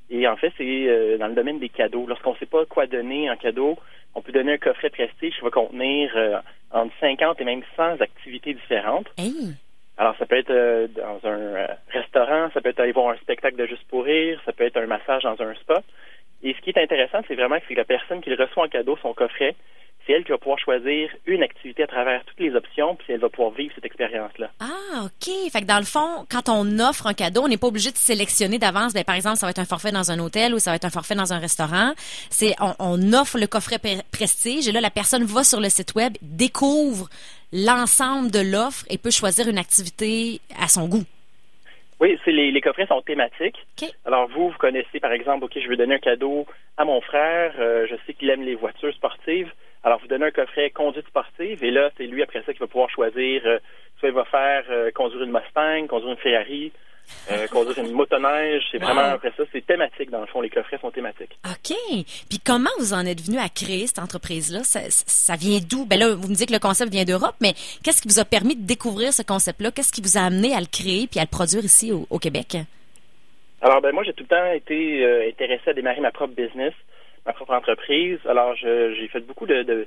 Et en fait, c'est dans le domaine des cadeaux. Lorsqu'on ne sait pas quoi donner en cadeau, on peut donner un coffret prestige qui va contenir entre 50 et même 100 activités différentes. Hey. Alors, ça peut être dans un restaurant, ça peut être aller voir un spectacle de Juste pour rire, ça peut être un massage dans un spa. Et ce qui est intéressant, c'est vraiment que la personne qui le reçoit en cadeau, son coffret, c'est elle qui va pouvoir choisir une activité à travers toutes les options, puis elle va pouvoir vivre cette expérience-là. Ah, OK. Fait que dans le fond, quand on offre un cadeau, on n'est pas obligé de sélectionner d'avance. Ben, par exemple, ça va être un forfait dans un hôtel ou ça va être un forfait dans un restaurant. On offre le coffret prestige et là, la personne va sur le site web, découvre l'ensemble de l'offre et peut choisir une activité à son goût. Oui, les coffrets sont thématiques. Okay. Alors, vous connaissez, par exemple, OK, je veux donner un cadeau à mon frère. Je sais qu'il aime les voitures sportives. Alors, vous donnez un coffret conduite sportive et là, c'est lui, après ça, qui va pouvoir choisir, soit il va faire conduire une Mustang, conduire une Ferrari, conduire une motoneige. C'est vraiment, après ça, c'est thématique, dans le fond. Les coffrets sont thématiques. OK. Puis comment vous en êtes venu à créer cette entreprise-là? Ça vient d'où? Ben là, vous me dites que le concept vient d'Europe, mais qu'est-ce qui vous a permis de découvrir ce concept-là? Qu'est-ce qui vous a amené à le créer puis à le produire ici au Québec? Alors, moi, j'ai tout le temps été intéressé à démarrer ma propre business, ma propre entreprise. Alors, j'ai fait beaucoup d'études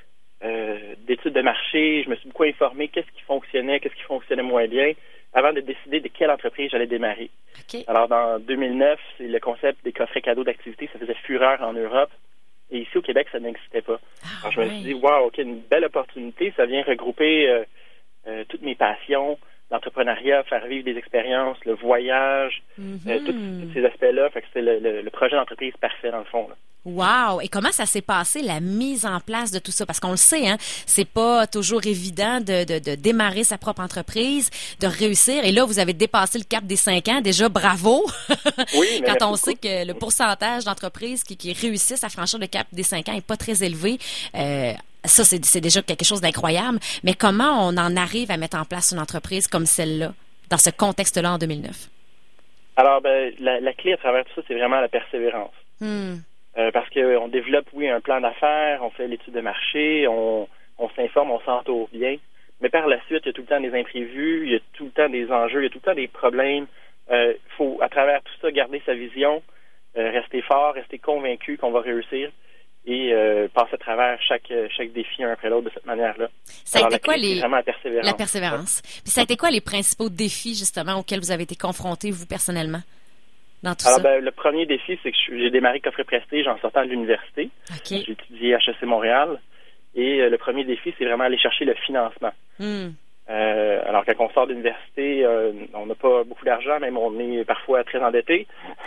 de marché. Je me suis beaucoup informé qu'est-ce qui fonctionnait moins bien, avant de décider de quelle entreprise j'allais démarrer. Okay. Alors, dans 2009, c'est le concept des coffrets cadeaux d'activités, ça faisait fureur en Europe. Et ici, au Québec, ça n'existait pas. Alors, je me suis dit, wow, OK, une belle opportunité. Ça vient regrouper toutes mes passions, l'entrepreneuriat, faire vivre des expériences, le voyage, tous ces aspects-là. Fait que c'est le projet d'entreprise parfait, dans le fond, là. Wow! Et comment ça s'est passé, la mise en place de tout ça? Parce qu'on le sait, hein, c'est pas toujours évident de démarrer sa propre entreprise, de réussir. Et là, vous avez dépassé le cap des 5 ans. Déjà, bravo! Oui, quand on sait que le pourcentage d'entreprises qui réussissent à franchir le cap des 5 ans est pas très élevé, ça, c'est déjà quelque chose d'incroyable. Mais comment on en arrive à mettre en place une entreprise comme celle-là, dans ce contexte-là en 2009? Alors, la clé à travers tout ça, c'est vraiment la persévérance. Parce qu'on développe, un plan d'affaires, on fait l'étude de marché, on s'informe, on s'entoure bien. Mais par la suite, il y a tout le temps des imprévus, il y a tout le temps des enjeux, il y a tout le temps des problèmes. Faut, à travers tout ça, garder sa vision, rester fort, rester convaincu qu'on va réussir et passer à travers chaque défi un après l'autre de cette manière-là. Ça a été quoi vraiment la persévérance. La persévérance. Ouais. Puis ça a été quoi les principaux défis, justement, auxquels vous avez été confrontés, vous, personnellement? Dans tout ça? Le premier défi, c'est que j'ai démarré Coffret Prestige en sortant de l'université. Okay. J'ai étudié à HEC Montréal. Et le premier défi, c'est vraiment aller chercher le financement. Alors, quand on sort de l'université, on n'a pas beaucoup d'argent, même on est parfois très endetté.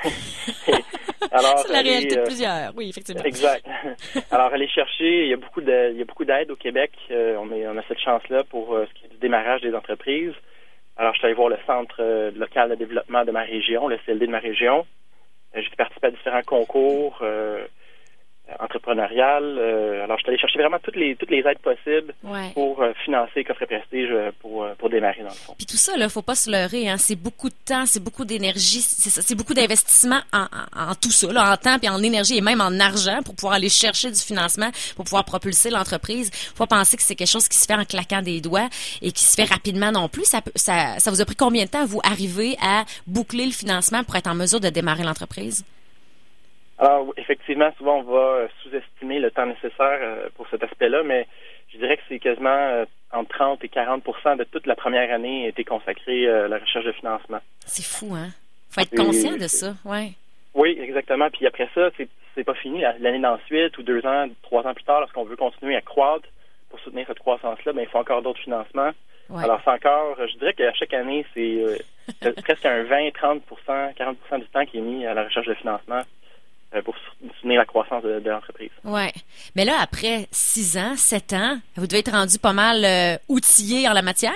C'est la réalité de plusieurs, oui, effectivement. Exact. Alors, aller chercher, il y a beaucoup d'aide au Québec. On a cette chance-là pour ce qui est du démarrage des entreprises. Alors, je suis allé voir le Centre local de développement de ma région, le CLD de ma région. J'ai participé à différents concours entrepreneuriales. Alors, je suis allé chercher vraiment toutes les aides possibles pour financer Coffret Prestige pour démarrer, dans le fond. Puis tout ça, là, faut pas se leurrer, hein. C'est beaucoup de temps, c'est beaucoup d'énergie, c'est beaucoup d'investissement en tout ça, là, en temps puis en énergie et même en argent pour pouvoir aller chercher du financement, pour pouvoir propulser l'entreprise. Faut pas penser que c'est quelque chose qui se fait en claquant des doigts et qui se fait rapidement non plus. Ça vous a pris combien de temps, vous, arriver à boucler le financement pour être en mesure de démarrer l'entreprise? Alors, effectivement, souvent, on va sous-estimer le temps nécessaire pour cet aspect-là, mais je dirais que c'est quasiment entre 30 et 40 % de toute la première année a été consacrée à la recherche de financement. C'est fou, hein? Faut être conscient de ça, ouais. Oui, exactement. Puis après ça, c'est pas fini. L'année d'ensuite, ou 2 ans, 3 ans plus tard, lorsqu'on veut continuer à croître pour soutenir cette croissance-là, il faut encore d'autres financements. Ouais. Alors, c'est encore, je dirais qu'à chaque année, c'est presque un 20, 30 %, 40 % du temps qui est mis à la recherche de financement pour soutenir la croissance de l'entreprise. Oui. Mais là, après 6 ans, 7 ans, vous devez être rendu pas mal outillé en la matière?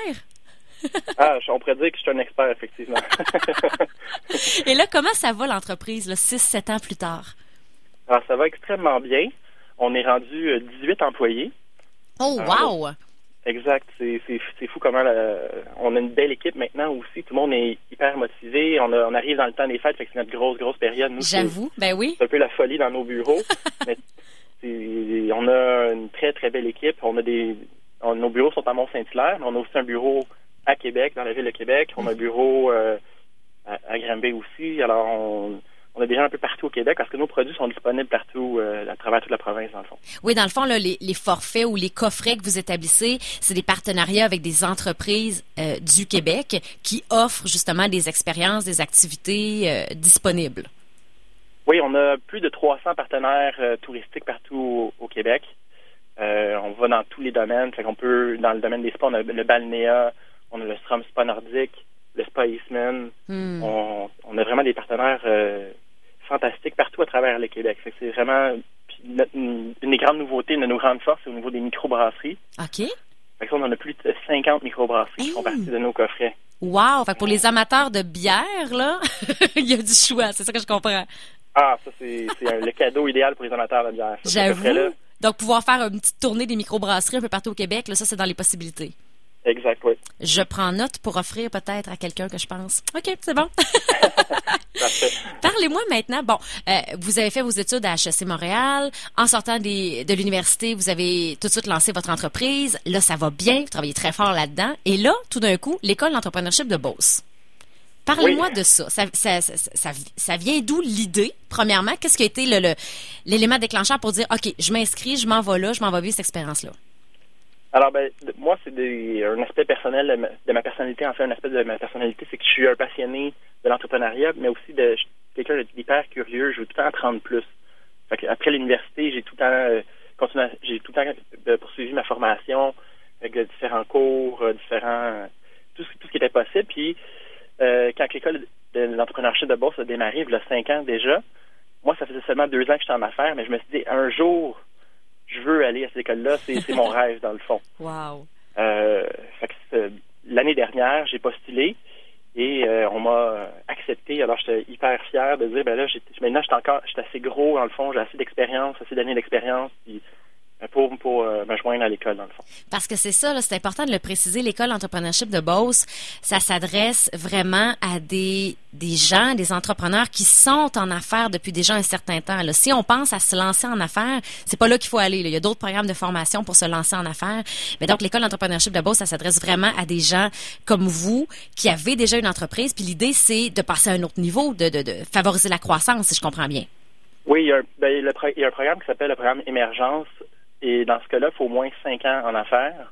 On pourrait dire que je suis un expert, effectivement. Et là, comment ça va l'entreprise, 6-7 ans plus tard? Alors, ça va extrêmement bien. On est rendu 18 employés. Oh, wow! Exact. C'est fou comment on a une belle équipe maintenant aussi. Tout le monde est hyper motivé. On arrive dans le temps des fêtes, fait que c'est notre grosse période. Nous, j'avoue, ben oui. C'est un peu la folie dans nos bureaux. Mais on a une très, très belle équipe. Nos bureaux sont à Mont-Saint-Hilaire, mais on a aussi un bureau à Québec, dans la ville de Québec. On a un bureau à Granby aussi. Alors, on on a des gens un peu partout au Québec parce que nos produits sont disponibles partout à travers toute la province, dans le fond. Oui, dans le fond, là, les forfaits ou les coffrets que vous établissez, c'est des partenariats avec des entreprises du Québec qui offrent justement des expériences, des activités disponibles. Oui, on a plus de 300 partenaires touristiques partout au Québec. On va dans tous les domaines. Fait qu'on peut, dans le domaine des spas, on a le Balnéa, on a le Strom Spa nordique, le Spa Eastman. On a vraiment des partenaires fantastiques partout à travers le Québec. Fait que c'est vraiment une des grandes nouveautés, une de nos grandes forces, c'est au niveau des microbrasseries. OK. Fait que ça, on en a plus de 50 microbrasseries qui font partie de nos coffrets. Wow! Fait que pour les amateurs de bière, là, il y a du choix. C'est ça que je comprends. Ah, ça, c'est le cadeau idéal pour les amateurs de bière. Ça, j'avoue. Donc, pouvoir faire une petite tournée des microbrasseries un peu partout au Québec, là, ça, c'est dans les possibilités. Exact, oui. Je prends note pour offrir peut-être à quelqu'un que je pense. OK, c'est bon. Parfait. Parlez-moi maintenant. Bon, vous avez fait vos études à HEC Montréal. En sortant de l'université, vous avez tout de suite lancé votre entreprise. Là, ça va bien. Vous travaillez très fort là-dedans. Et là, tout d'un coup, l'école d'entrepreneurship de Beauce. Parlez-moi de ça. Ça vient d'où l'idée, premièrement? Qu'est-ce qui a été l'élément déclencheur pour dire, OK, je m'inscris, je m'en vais là, je m'en vais vivre cette expérience-là? Alors, moi, c'est un aspect personnel de ma personnalité. En fait, un aspect de ma personnalité, c'est que je suis un passionné de l'entrepreneuriat, mais aussi je suis quelqu'un d'hyper curieux. Je veux tout le temps apprendre plus. Fait que après l'université, j'ai tout le temps poursuivi ma formation avec différents cours, tout ce qui était possible. Puis, quand l'école de l'entrepreneurship de Beauce a démarré, il y a 5 ans déjà, moi, ça faisait seulement 2 ans que j'étais en affaires, mais je me suis dit, un jour, je veux aller à cette école-là, c'est mon rêve, dans le fond. Wow! Fait que l'année dernière, j'ai postulé et on m'a accepté. Alors, j'étais hyper fier de dire, maintenant, je suis assez gros, dans le fond, j'ai assez d'expérience, assez d'années d'expérience, puis pour me joindre à l'école, dans le fond. Parce que c'est ça, là, c'est important de le préciser, l'école d'entrepreneurship de Beauce, ça s'adresse vraiment à des gens, des entrepreneurs qui sont en affaires depuis déjà un certain temps. Là. Si on pense à se lancer en affaires, c'est pas là qu'il faut aller. Là. Il y a d'autres programmes de formation pour se lancer en affaires. Mais donc, l'école d'entrepreneurship de Beauce, ça s'adresse vraiment à des gens comme vous qui avez déjà une entreprise. Puis l'idée, c'est de passer à un autre niveau, de favoriser la croissance, si je comprends bien. Oui, il y a un programme qui s'appelle le programme Émergence. Et dans ce cas-là, il faut au moins 5 ans en affaires.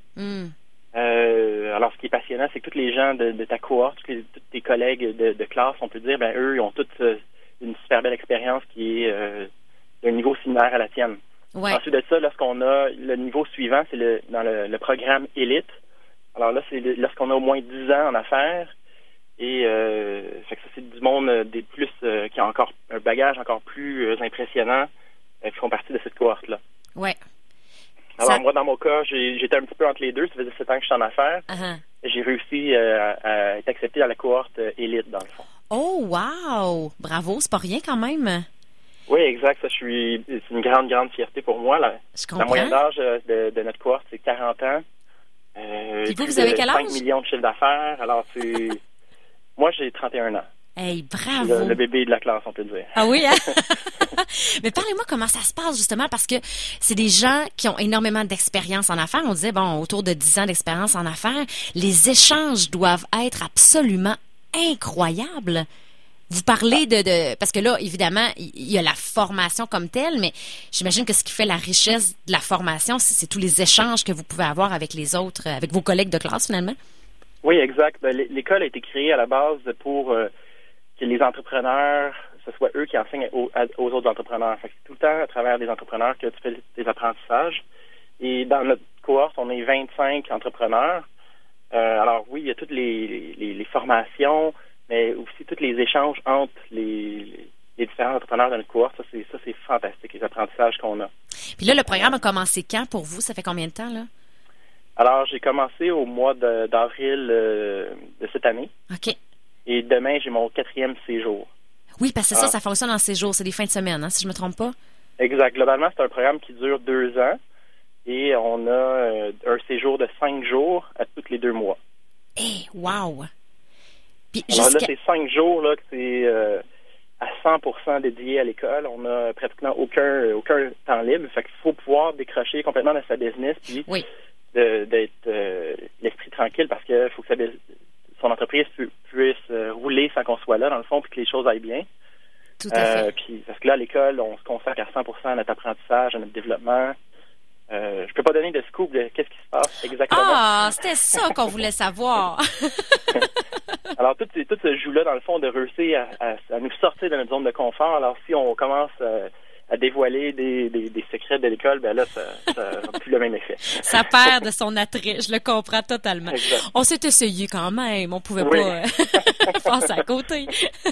Alors, ce qui est passionnant, c'est que tous les gens de ta cohorte, tous tes collègues de classe, on peut dire, eux, ils ont toutes une super belle expérience qui est d'un niveau similaire à la tienne. Ouais. Ensuite de ça, lorsqu'on a le niveau suivant, c'est dans le programme élite. Alors là, c'est lorsqu'on a au moins 10 ans en affaires. Et fait que ça, c'est du monde qui a encore un bagage encore plus impressionnant qui font partie de cette cohorte-là. Ouais. Alors, moi, dans mon cas, j'étais un petit peu entre les deux. Ça faisait 7 ans que je suis en affaires. J'ai réussi à être accepté dans la cohorte élite, dans le fond. Oh, wow! Bravo, c'est pas rien quand même. Oui, exact. Ça, c'est une grande, grande fierté pour moi. Je comprends. La moyenne d'âge de notre cohorte, c'est 40 ans. Puis vous avez quel âge? 5 millions de chiffres d'affaires. Alors, c'est... Moi, j'ai 31 ans. Hey, bravo! Le bébé de la classe, on peut dire. Ah oui, hein? Mais parlez-moi comment ça se passe, justement, parce que c'est des gens qui ont énormément d'expérience en affaires. On disait, autour de 10 ans d'expérience en affaires. Les échanges doivent être absolument incroyables. Vous parlez parce que là, évidemment, il y a la formation comme telle, mais j'imagine que ce qui fait la richesse de la formation, c'est tous les échanges que vous pouvez avoir avec les autres, avec vos collègues de classe, finalement. Oui, exact. L'école a été créée à la base pour... que les entrepreneurs, ce soit eux qui enseignent aux autres entrepreneurs. Fait que c'est tout le temps à travers des entrepreneurs que tu fais des apprentissages. Et dans notre cohorte, on est 25 entrepreneurs. Alors oui, il y a toutes les formations, mais aussi tous les échanges entre les différents entrepreneurs de notre cohorte. Ça, c'est fantastique, les apprentissages qu'on a. Puis là, le programme a commencé quand pour vous? Ça fait combien de temps, là? Alors, j'ai commencé au mois d'avril de cette année. OK. Et demain, j'ai mon 4e séjour. Oui, parce que ça fonctionne en séjour. C'est des fins de semaine, hein, si je ne me trompe pas. Exact. Globalement, c'est un programme qui dure 2 ans. Et on a un séjour de 5 jours à tous les 2 mois. Eh, wow! Puis alors là, c'est 5 jours là, que c'est à 100% dédié à l'école. On n'a pratiquement aucun temps libre. Fait qu'il faut pouvoir décrocher complètement de sa business puis d'être l'esprit tranquille parce qu'il faut que son entreprise puisse rouler sans qu'on soit là, dans le fond, puis que les choses aillent bien. Tout à fait. Puis parce que là, à l'école, on se consacre à 100% à notre apprentissage, à notre développement. Je peux pas donner de scoop de qu'est-ce qui se passe exactement. Ah, c'était ça qu'on voulait savoir. Alors, tout se joue là, dans le fond, de réussir à nous sortir de notre zone de confort. Alors, si on commence à dévoiler des secrets de l'école, ben là, ça n'a plus le même effet. Ça perd de son attrait, je le comprends totalement. Exact. On s'est essayé quand même, on pouvait pas passer à côté.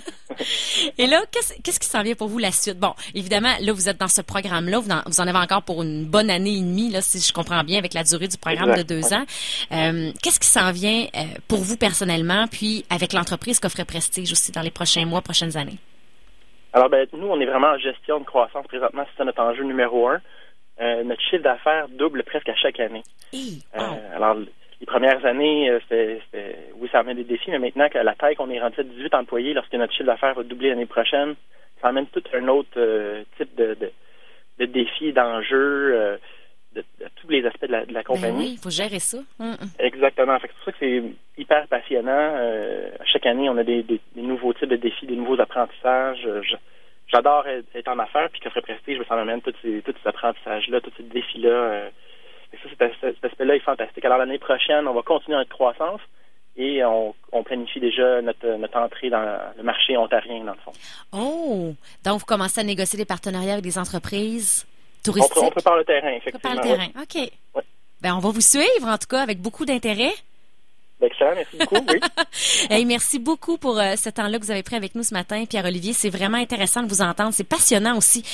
Et là, qu'est-ce qui s'en vient pour vous la suite? Bon, évidemment, là, vous êtes dans ce programme-là, vous en avez encore pour une bonne année et demie, là, si je comprends bien, avec la durée du programme de 2 ans. Qu'est-ce qui s'en vient pour vous personnellement, puis avec l'entreprise Coffret Prestige aussi dans les prochains mois, prochaines années? Alors, nous, on est vraiment en gestion de croissance présentement. C'est ça notre enjeu numéro 1. Notre chiffre d'affaires double presque à chaque année. Alors, les premières années, oui, ça amène des défis, mais maintenant que la taille qu'on est rendu à 18 employés, lorsque notre chiffre d'affaires va doubler l'année prochaine, ça amène tout un autre type de défis, d'enjeux, de tous les aspects de la compagnie. Oui, il faut gérer ça. Exactement. C'est pour ça que c'est hyper passionnant. Chaque année, on a des nouveaux types de défis, des nouveaux apprentissages. J'adore être en affaires, puis Coffret Prestige, ça m'amène tous ces apprentissages-là, tous ces défis-là. Et ça, cet aspect-là est fantastique. Alors, l'année prochaine, on va continuer notre croissance et on planifie déjà notre entrée dans le marché ontarien, dans le fond. Oh! Donc, vous commencez à négocier des partenariats avec des entreprises touristiques? On prépare le terrain, effectivement. On prépare le terrain, OK. Ouais. Ben, on va vous suivre, en tout cas, avec beaucoup d'intérêt. Excellent, merci beaucoup, oui. Hey, merci beaucoup pour ce temps-là que vous avez pris avec nous ce matin, Pierre-Olivier. C'est vraiment intéressant de vous entendre. C'est passionnant aussi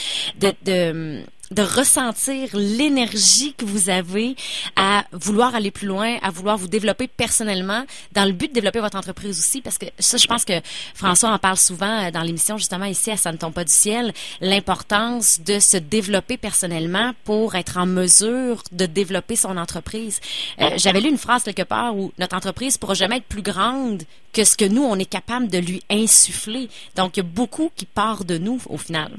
de ressentir l'énergie que vous avez à vouloir aller plus loin, à vouloir vous développer personnellement dans le but de développer votre entreprise aussi, parce que ça, je pense que François en parle souvent dans l'émission, justement, ici à Ça ne tombe pas du ciel, l'importance de se développer personnellement pour être en mesure de développer son entreprise. J'avais lu une phrase quelque part où notre entreprise pourra jamais être plus grande que ce que nous, on est capable de lui insuffler. Donc, il y a beaucoup qui part de nous, au final.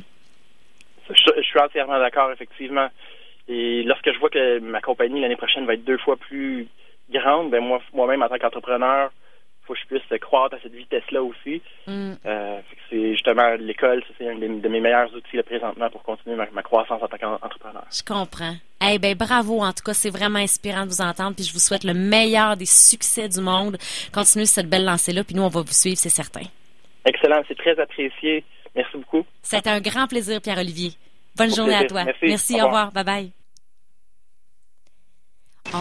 Je suis entièrement d'accord, effectivement. Et lorsque je vois que ma compagnie, l'année prochaine, va être 2 fois plus grande, ben moi-même, en tant qu'entrepreneur, il faut que je puisse croître à cette vitesse-là aussi. C'est justement l'école, c'est un de mes meilleurs outils là, présentement pour continuer ma croissance en tant qu'entrepreneur. Je comprends. Eh ben bravo, en tout cas, c'est vraiment inspirant de vous entendre, puis je vous souhaite le meilleur des succès du monde. Continuez cette belle lancée-là, puis nous, on va vous suivre, c'est certain. Excellent, c'est très apprécié. Merci beaucoup. C'était un grand plaisir, Pierre-Olivier. Bonne journée à toi. Merci, au revoir. Bye-bye. Oh.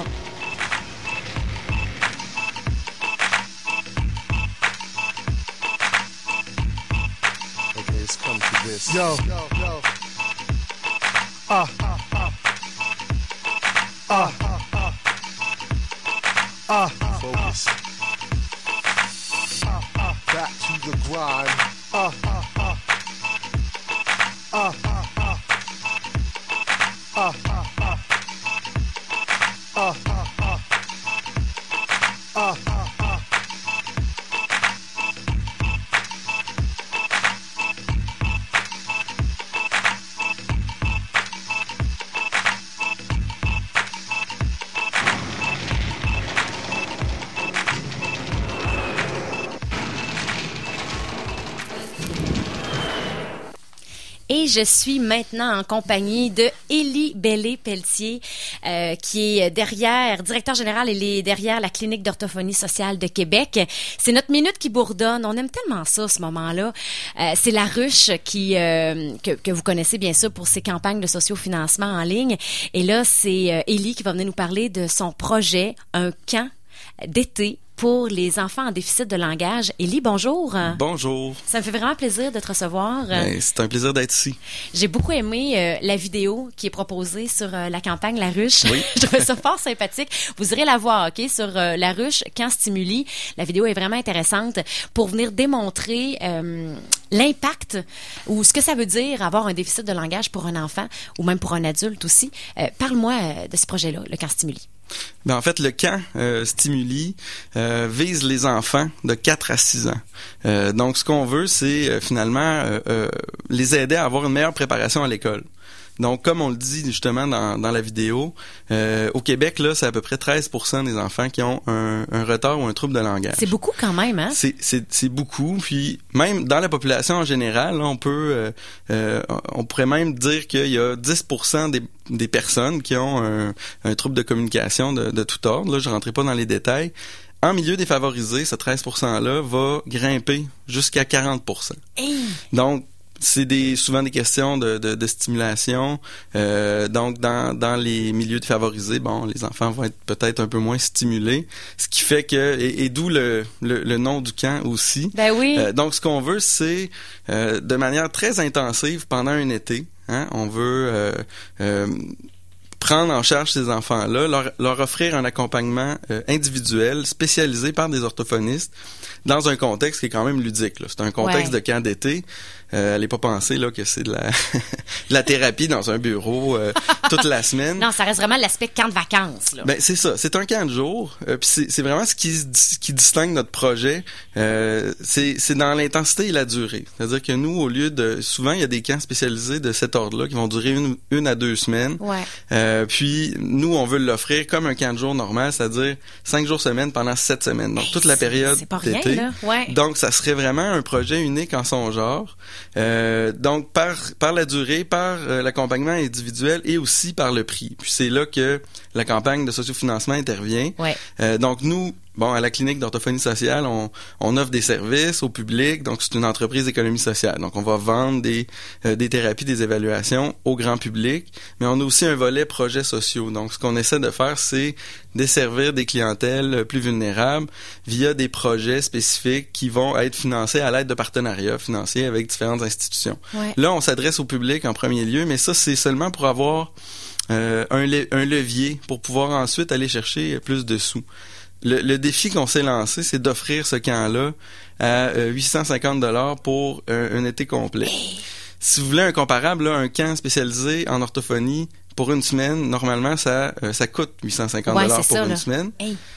Okay, it's come to this. Yo. Focus. Back to the grind. Et je suis maintenant en compagnie de Élie Bellé-Pelletier, qui est directeur général, elle est derrière la Clinique d'orthophonie sociale de Québec. C'est notre minute qui bourdonne. On aime tellement ça, ce moment-là. C'est La Ruche que vous connaissez bien sûr pour ses campagnes de sociofinancement en ligne. Et là, c'est Élie qui va venir nous parler de son projet, un camp d'été pour les enfants en déficit de langage. Élie, bonjour. Bonjour. Ça me fait vraiment plaisir de te recevoir. C'est un plaisir d'être ici. J'ai beaucoup aimé la vidéo qui est proposée sur la campagne La Ruche. Oui. Je trouvais ça fort sympathique. Vous irez la voir, OK, sur La Ruche, Camp Stimuli. La vidéo est vraiment intéressante pour venir démontrer l'impact ou ce que ça veut dire avoir un déficit de langage pour un enfant ou même pour un adulte aussi. Parle-moi de ce projet-là, le Camp Stimuli. Ben, en fait, le camp Stimuli vise les enfants de 4 à 6 ans. Donc, ce qu'on veut, c'est finalement les aider à avoir une meilleure préparation à l'école. Donc, comme on le dit justement dans la vidéo, au Québec, là, c'est à peu près 13% des enfants qui ont un retard ou un trouble de langage. C'est beaucoup quand même, hein? C'est beaucoup. Puis même dans la population en général, là, on pourrait même dire qu'il y a 10% des personnes qui ont un trouble de communication de tout ordre. Là, je rentrerai pas dans les détails. En milieu défavorisé, ce 13%-là va grimper jusqu'à 40%. Hey. Donc, c'est souvent des questions de stimulation. Donc, dans les milieux défavorisés, bon, les enfants vont être peut-être un peu moins stimulés, ce qui fait que et d'où le nom du camp aussi. Ben oui. Donc, ce qu'on veut, c'est de manière très intensive pendant un été. Hein, on veut prendre en charge ces enfants-là, leur offrir un accompagnement individuel, spécialisé par des orthophonistes, dans un contexte qui est quand même ludique. Là. C'est un contexte de camp d'été. Allez pas penser là que c'est de la thérapie dans un bureau toute la semaine. Non, ça reste vraiment l'aspect camp de vacances. Là. Ben c'est ça, c'est un camp de jour. Puis c'est vraiment ce qui distingue notre projet. C'est dans l'intensité et la durée. C'est-à-dire que nous, au lieu de souvent il y a des camps spécialisés de cet ordre-là qui vont durer une à 2 semaines. Ouais. Puis nous, on veut l'offrir comme un camp de jour normal, c'est-à-dire 5 jours semaine pendant 7 semaines. Donc toute la période d'été. Ouais. Donc ça serait vraiment un projet unique en son genre. Donc par la durée, par l'accompagnement individuel et aussi par le prix. Puis c'est là que la campagne de sociofinancement intervient. Ouais. Donc nous, à la clinique d'orthophonie sociale, on offre des services au public. Donc c'est une entreprise d'économie sociale. Donc on va vendre des thérapies, des évaluations au grand public. Mais on a aussi un volet projets sociaux. Donc ce qu'on essaie de faire, c'est desservir des clientèles plus vulnérables via des projets spécifiques qui vont être financés à l'aide de partenariats financiers avec différentes institutions. Ouais. Là, on s'adresse au public en premier lieu, mais ça, c'est seulement pour avoir un levier pour pouvoir ensuite aller chercher plus de sous. Le défi qu'on s'est lancé, c'est d'offrir ce camp-là à 850$ pour un été complet. Si vous voulez un comparable, là, un camp spécialisé en orthophonie pour une semaine, normalement, ça coûte 850$ pour une semaine.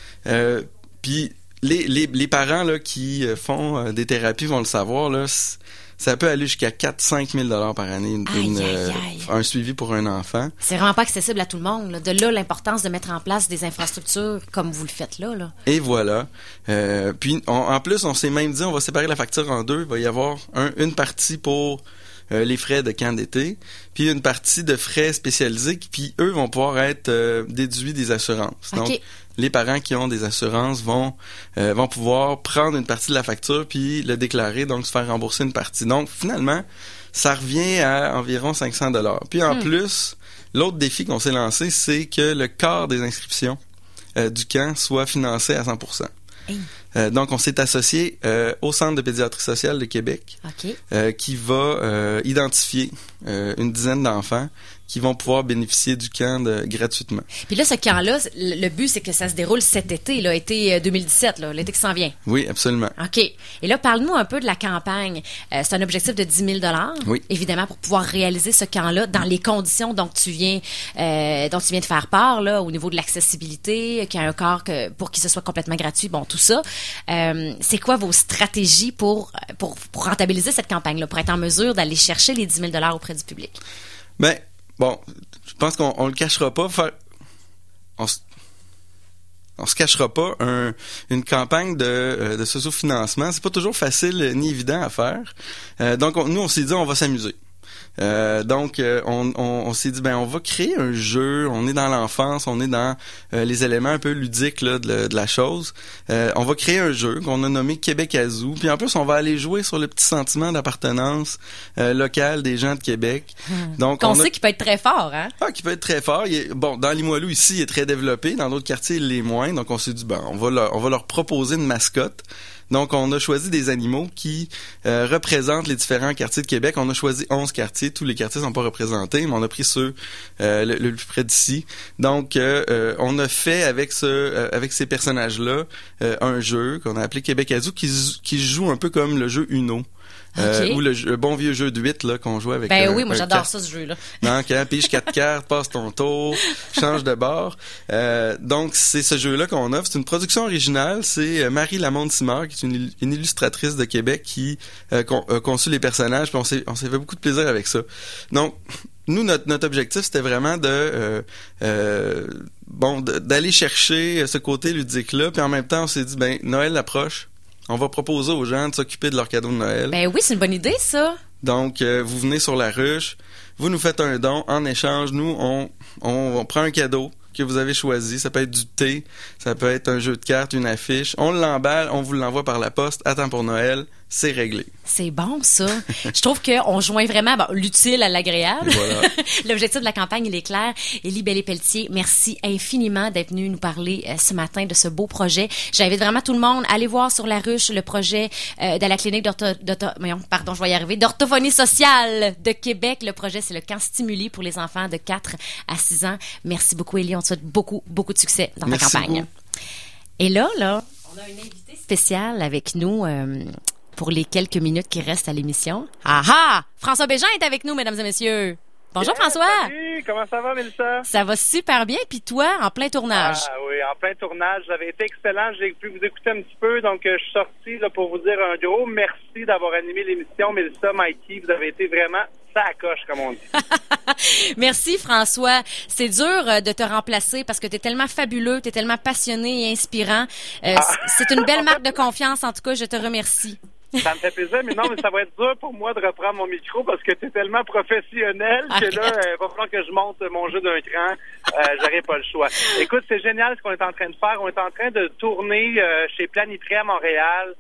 Puis les parents là qui font des thérapies vont le savoir, là, ça peut aller jusqu'à 4-5 000$ par année, un suivi pour un enfant. C'est vraiment pas accessible à tout le monde. Là. De là, l'importance de mettre en place des infrastructures comme vous le faites là. Et voilà. Puis, en plus, on s'est même dit, on va séparer la facture en deux. Il va y avoir une partie pour les frais de camp d'été, puis une partie de frais spécialisés qui, puis eux, vont pouvoir être déduits des assurances. Donc, les parents qui ont des assurances vont pouvoir prendre une partie de la facture puis le déclarer, donc se faire rembourser une partie. Donc, finalement, ça revient à environ 500$. Puis en plus, l'autre défi qu'on s'est lancé, c'est que le quart des inscriptions du camp soit financé à 100%. Donc, on s'est associé au Centre de pédiatrie sociale de Québec, qui va identifier une dizaine d'enfants qui vont pouvoir bénéficier du camp gratuitement. Puis là, ce camp-là, le but, c'est que ça se déroule cet été, là, été 2017, là, l'été qui s'en vient. Oui, absolument. OK. Et là, parle-nous un peu de la campagne. C'est un objectif de 10 000$, évidemment, pour pouvoir réaliser ce camp-là dans les conditions dont tu viens de faire part, là, au niveau de l'accessibilité, qu'il y a un corps pour qu'il se soit complètement gratuit, bon, tout ça. C'est quoi vos stratégies pour rentabiliser cette campagne-là, pour être en mesure d'aller chercher les 10 000$ auprès du public? Ben, bon, je pense qu'on le cachera pas. On se cachera pas. Une campagne de sociofinancement, c'est pas toujours facile ni évident à faire. Donc, nous, on s'est dit, on va s'amuser. Donc, on s'est dit, on va créer un jeu. On est dans l'enfance, on est dans les éléments un peu ludiques là, de la chose. On va créer un jeu qu'on a nommé Québec à Zoo. Puis en plus, on va aller jouer sur le petit sentiment d'appartenance locale des gens de Québec. Donc, on sait qu'il peut être très fort, hein? Ah, qui peut être très fort. Dans Limoilou ici, il est très développé. Dans d'autres quartiers, il l'est moins. Donc, on s'est dit, on va leur proposer une mascotte. Donc, on a choisi des animaux qui représentent les différents quartiers de Québec. On a choisi 11 quartiers. Tous les quartiers sont pas représentés, mais on a pris ceux le plus près d'ici. Donc, on a fait avec ces personnages-là un jeu qu'on a appelé Québec à Zoo qui joue un peu comme le jeu Uno. Ou le bon vieux jeu de 8 là, qu'on joue avec. Oui, moi j'adore ça, ce jeu-là. Donc, pige 4 cartes, passe ton tour, change de bord. Donc, c'est ce jeu-là qu'on offre. C'est une production originale. C'est Marie Lamonde-Simard, qui est une illustratrice de Québec qui a conçu les personnages. Puis on s'est fait beaucoup de plaisir avec ça. Donc, nous, notre objectif, c'était vraiment d'aller chercher ce côté ludique-là. Puis en même temps, on s'est dit, Noël approche. On va proposer aux gens de s'occuper de leur cadeau de Noël. Ben oui, c'est une bonne idée, ça. Donc, vous venez sur la ruche, vous nous faites un don. En échange, nous, on prend un cadeau que vous avez choisi. Ça peut être du thé, ça peut être un jeu de cartes, une affiche. On l'emballe, on vous l'envoie par la poste. À temps pour Noël, c'est réglé. C'est bon, ça. Je trouve qu'on joint vraiment l'utile à l'agréable. Voilà. L'objectif de la campagne, il est clair. Élie Bellé-Pelletier, merci infiniment d'être venue nous parler ce matin de ce beau projet. J'invite vraiment tout le monde à aller voir sur la ruche le projet de la clinique d'orthophonie sociale de Québec. Le projet, c'est le camp Stimuli pour les enfants de 4 à 6 ans. Merci beaucoup, Élie. On te souhaite beaucoup, beaucoup de succès dans ta campagne. Beaucoup. Et là, on a une invitée spéciale avec nous pour les quelques minutes qui restent à l'émission. François Bégin est avec nous, mesdames et messieurs. Bonjour, François. Salut, comment ça va, Mélissa? Ça va super bien, puis toi, en plein tournage? Ah oui, en plein tournage. J'avais été excellent, j'ai pu vous écouter un petit peu, donc je suis sorti là, pour vous dire un gros merci d'avoir animé l'émission. Mélissa, Mikey, vous avez été vraiment ça à coche, comme on dit. Merci, François. C'est dur de te remplacer parce que tu es tellement fabuleux, tu es tellement passionné et inspirant. C'est une belle marque de confiance, en tout cas, je te remercie. Ça me fait plaisir, mais ça va être dur pour moi de reprendre mon micro parce que tu es tellement professionnel que là, il va falloir que je monte mon jeu d'un cran. J'aurai pas le choix. Écoute, c'est génial ce qu'on est en train de faire. On est en train de tourner chez Planipré à Montréal.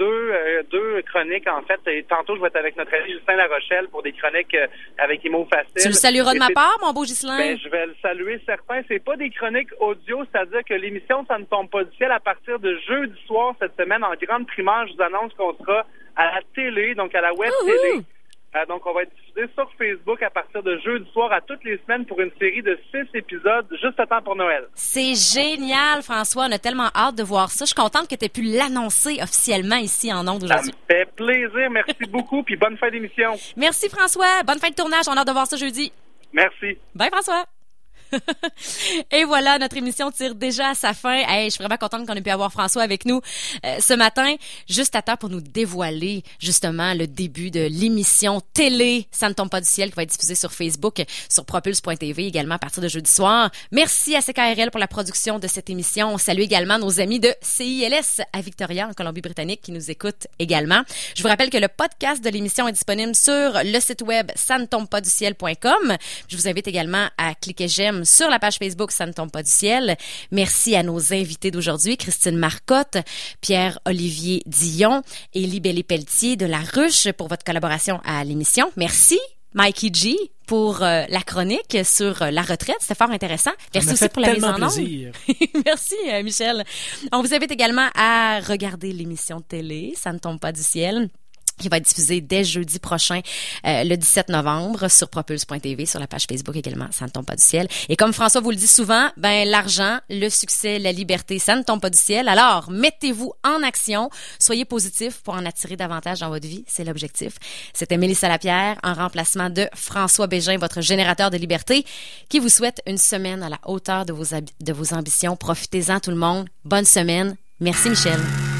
Deux chroniques, en fait. Et tantôt, je vais être avec notre ami Ghislain Larochelle pour des chroniques avec les mots faciles. Tu le salueras de ma part, mon beau Ghislain? Je vais le saluer, certain. C'est pas des chroniques audio, c'est-à-dire que l'émission, ça ne tombe pas du ciel à partir de jeudi soir cette semaine. En grande primaire, je vous annonce qu'on sera à la télé, donc à la web télé. Donc, on va être diffusé sur Facebook à partir de jeudi soir à toutes les semaines pour une série de 6 épisodes juste à temps pour Noël. C'est génial, François. On a tellement hâte de voir ça. Je suis contente que tu aies pu l'annoncer officiellement ici en ondes aujourd'hui. Ça me fait plaisir. Merci beaucoup. Puis bonne fin d'émission. Merci, François. Bonne fin de tournage. On a hâte de voir ça jeudi. Merci. Bye, François. Et voilà, notre émission tire déjà à sa fin. Hey, je suis vraiment contente qu'on ait pu avoir François avec nous ce matin, juste à temps pour nous dévoiler justement le début de l'émission télé Ça ne tombe pas du ciel qui va être diffusée sur Facebook, sur propulse.tv également à partir de jeudi soir. Merci à CKRL pour la production de cette émission. On salue également nos amis de CILS à Victoria en Colombie-Britannique qui nous écoutent également. Je vous rappelle que le podcast de l'émission est disponible sur le site web ça ne tombe pas du ciel.com. Je vous invite également à cliquer j'aime sur la page Facebook Ça ne tombe pas du ciel. Merci à nos invités d'aujourd'hui, Christine Marcotte, Pierre-Olivier Dion, Élie Bellé-Pelletier de La Ruche pour votre collaboration à l'émission. Merci, Mikey G, pour la chronique sur la retraite. C'était fort intéressant. Merci aussi pour la mise en onde. Merci, Michel. On vous invite également à regarder l'émission de télé Ça ne tombe pas du ciel, qui va être diffusé dès jeudi prochain, le 17 novembre, sur propulse.tv, sur la page Facebook également, Ça ne tombe pas du ciel. Et comme François vous le dit souvent, l'argent, le succès, la liberté, ça ne tombe pas du ciel. Alors, mettez-vous en action, soyez positifs pour en attirer davantage dans votre vie, c'est l'objectif. C'était Mélissa Lapierre, en remplacement de François Bégin, votre générateur de liberté, qui vous souhaite une semaine à la hauteur de vos ambitions. Profitez-en tout le monde. Bonne semaine. Merci Michel.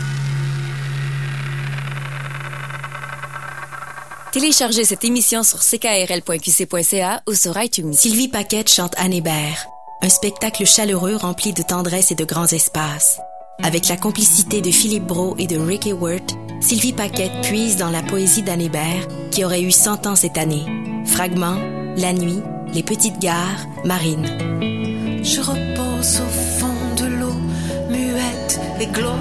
Téléchargez cette émission sur ckrl.qc.ca ou sur iTunes. Sylvie Paquette chante Anne Hébert, un spectacle chaleureux rempli de tendresse et de grands espaces. Avec la complicité de Philippe Brault et de Rick Ewert, Sylvie Paquette puise dans la poésie d'Anne Hébert, qui aurait eu 100 ans cette année. Fragments, La nuit, Les petites gares, Marine. Je repose au fond de l'eau, muette et glauque,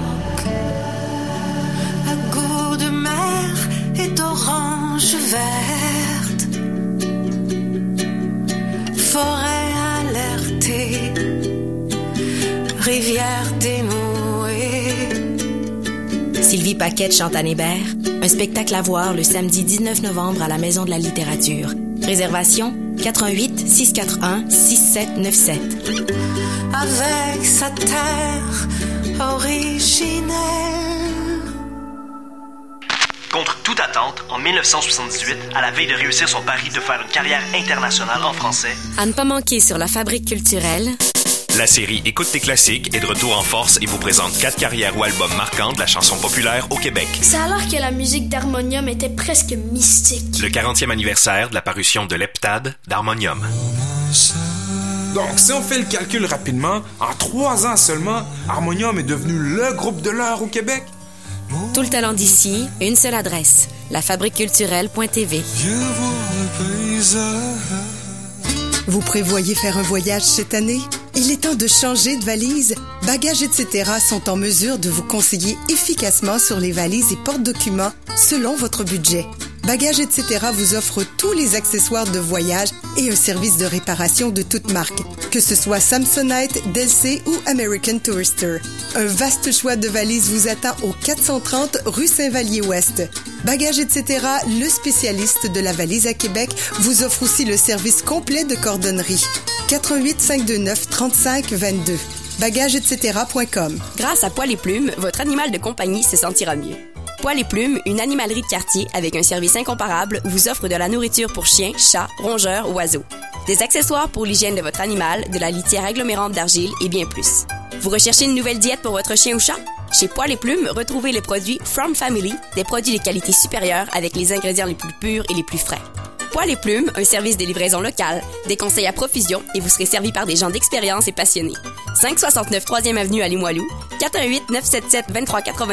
à goût de mer et d'orange verte, forêt alertée, rivière dénouée. Sylvie Paquette chante Anne Hébert, un spectacle à voir le samedi 19 novembre à la Maison de la Littérature. Réservation 88 641 6797. Avec sa terre originelle. Contre toute attente, en 1978, à la veille de réussir son pari de faire une carrière internationale en français, à ne pas manquer sur la Fabrique culturelle, La série Écoute tes classiques est de retour en force et vous présente 4 carrières ou albums marquants de la chanson populaire au Québec. Ça a l'air que la musique d'Harmonium était presque mystique. Le 40e anniversaire de la parution de l'heptade d'Harmonium. Donc, si on fait le calcul rapidement, en 3 ans seulement, Harmonium est devenu le groupe de l'heure au Québec. Tout le talent d'ici, une seule adresse, lafabriqueculturelle.tv. Vous prévoyez faire un voyage cette année? Il est temps de changer de valise. Bagages etc. sont en mesure de vous conseiller efficacement sur les valises et porte-documents selon votre budget. Bagages etc. vous offre tous les accessoires de voyage et un service de réparation de toute marque, que ce soit Samsonite, Delsey ou American Tourister. Un vaste choix de valises vous attend au 430 rue Saint-Vallier-Ouest. Bagages etc., le spécialiste de la valise à Québec, vous offre aussi le service complet de cordonnerie. 88 529 35 22. Bagagesetc.com. Grâce à Poil et Plumes, votre animal de compagnie se sentira mieux. Poil et Plumes, une animalerie de quartier avec un service incomparable, vous offre de la nourriture pour chiens, chats, rongeurs, oiseaux. Des accessoires pour l'hygiène de votre animal, de la litière agglomérante d'argile et bien plus. Vous recherchez une nouvelle diète pour votre chien ou chat? Chez Poil et Plumes, retrouvez les produits From Family, des produits de qualité supérieure avec les ingrédients les plus purs et les plus frais. Poil et Plumes, un service de livraison locale, des conseils à profusion et vous serez servi par des gens d'expérience et passionnés. 569 3e Avenue à Limoilou, 418-977-2380.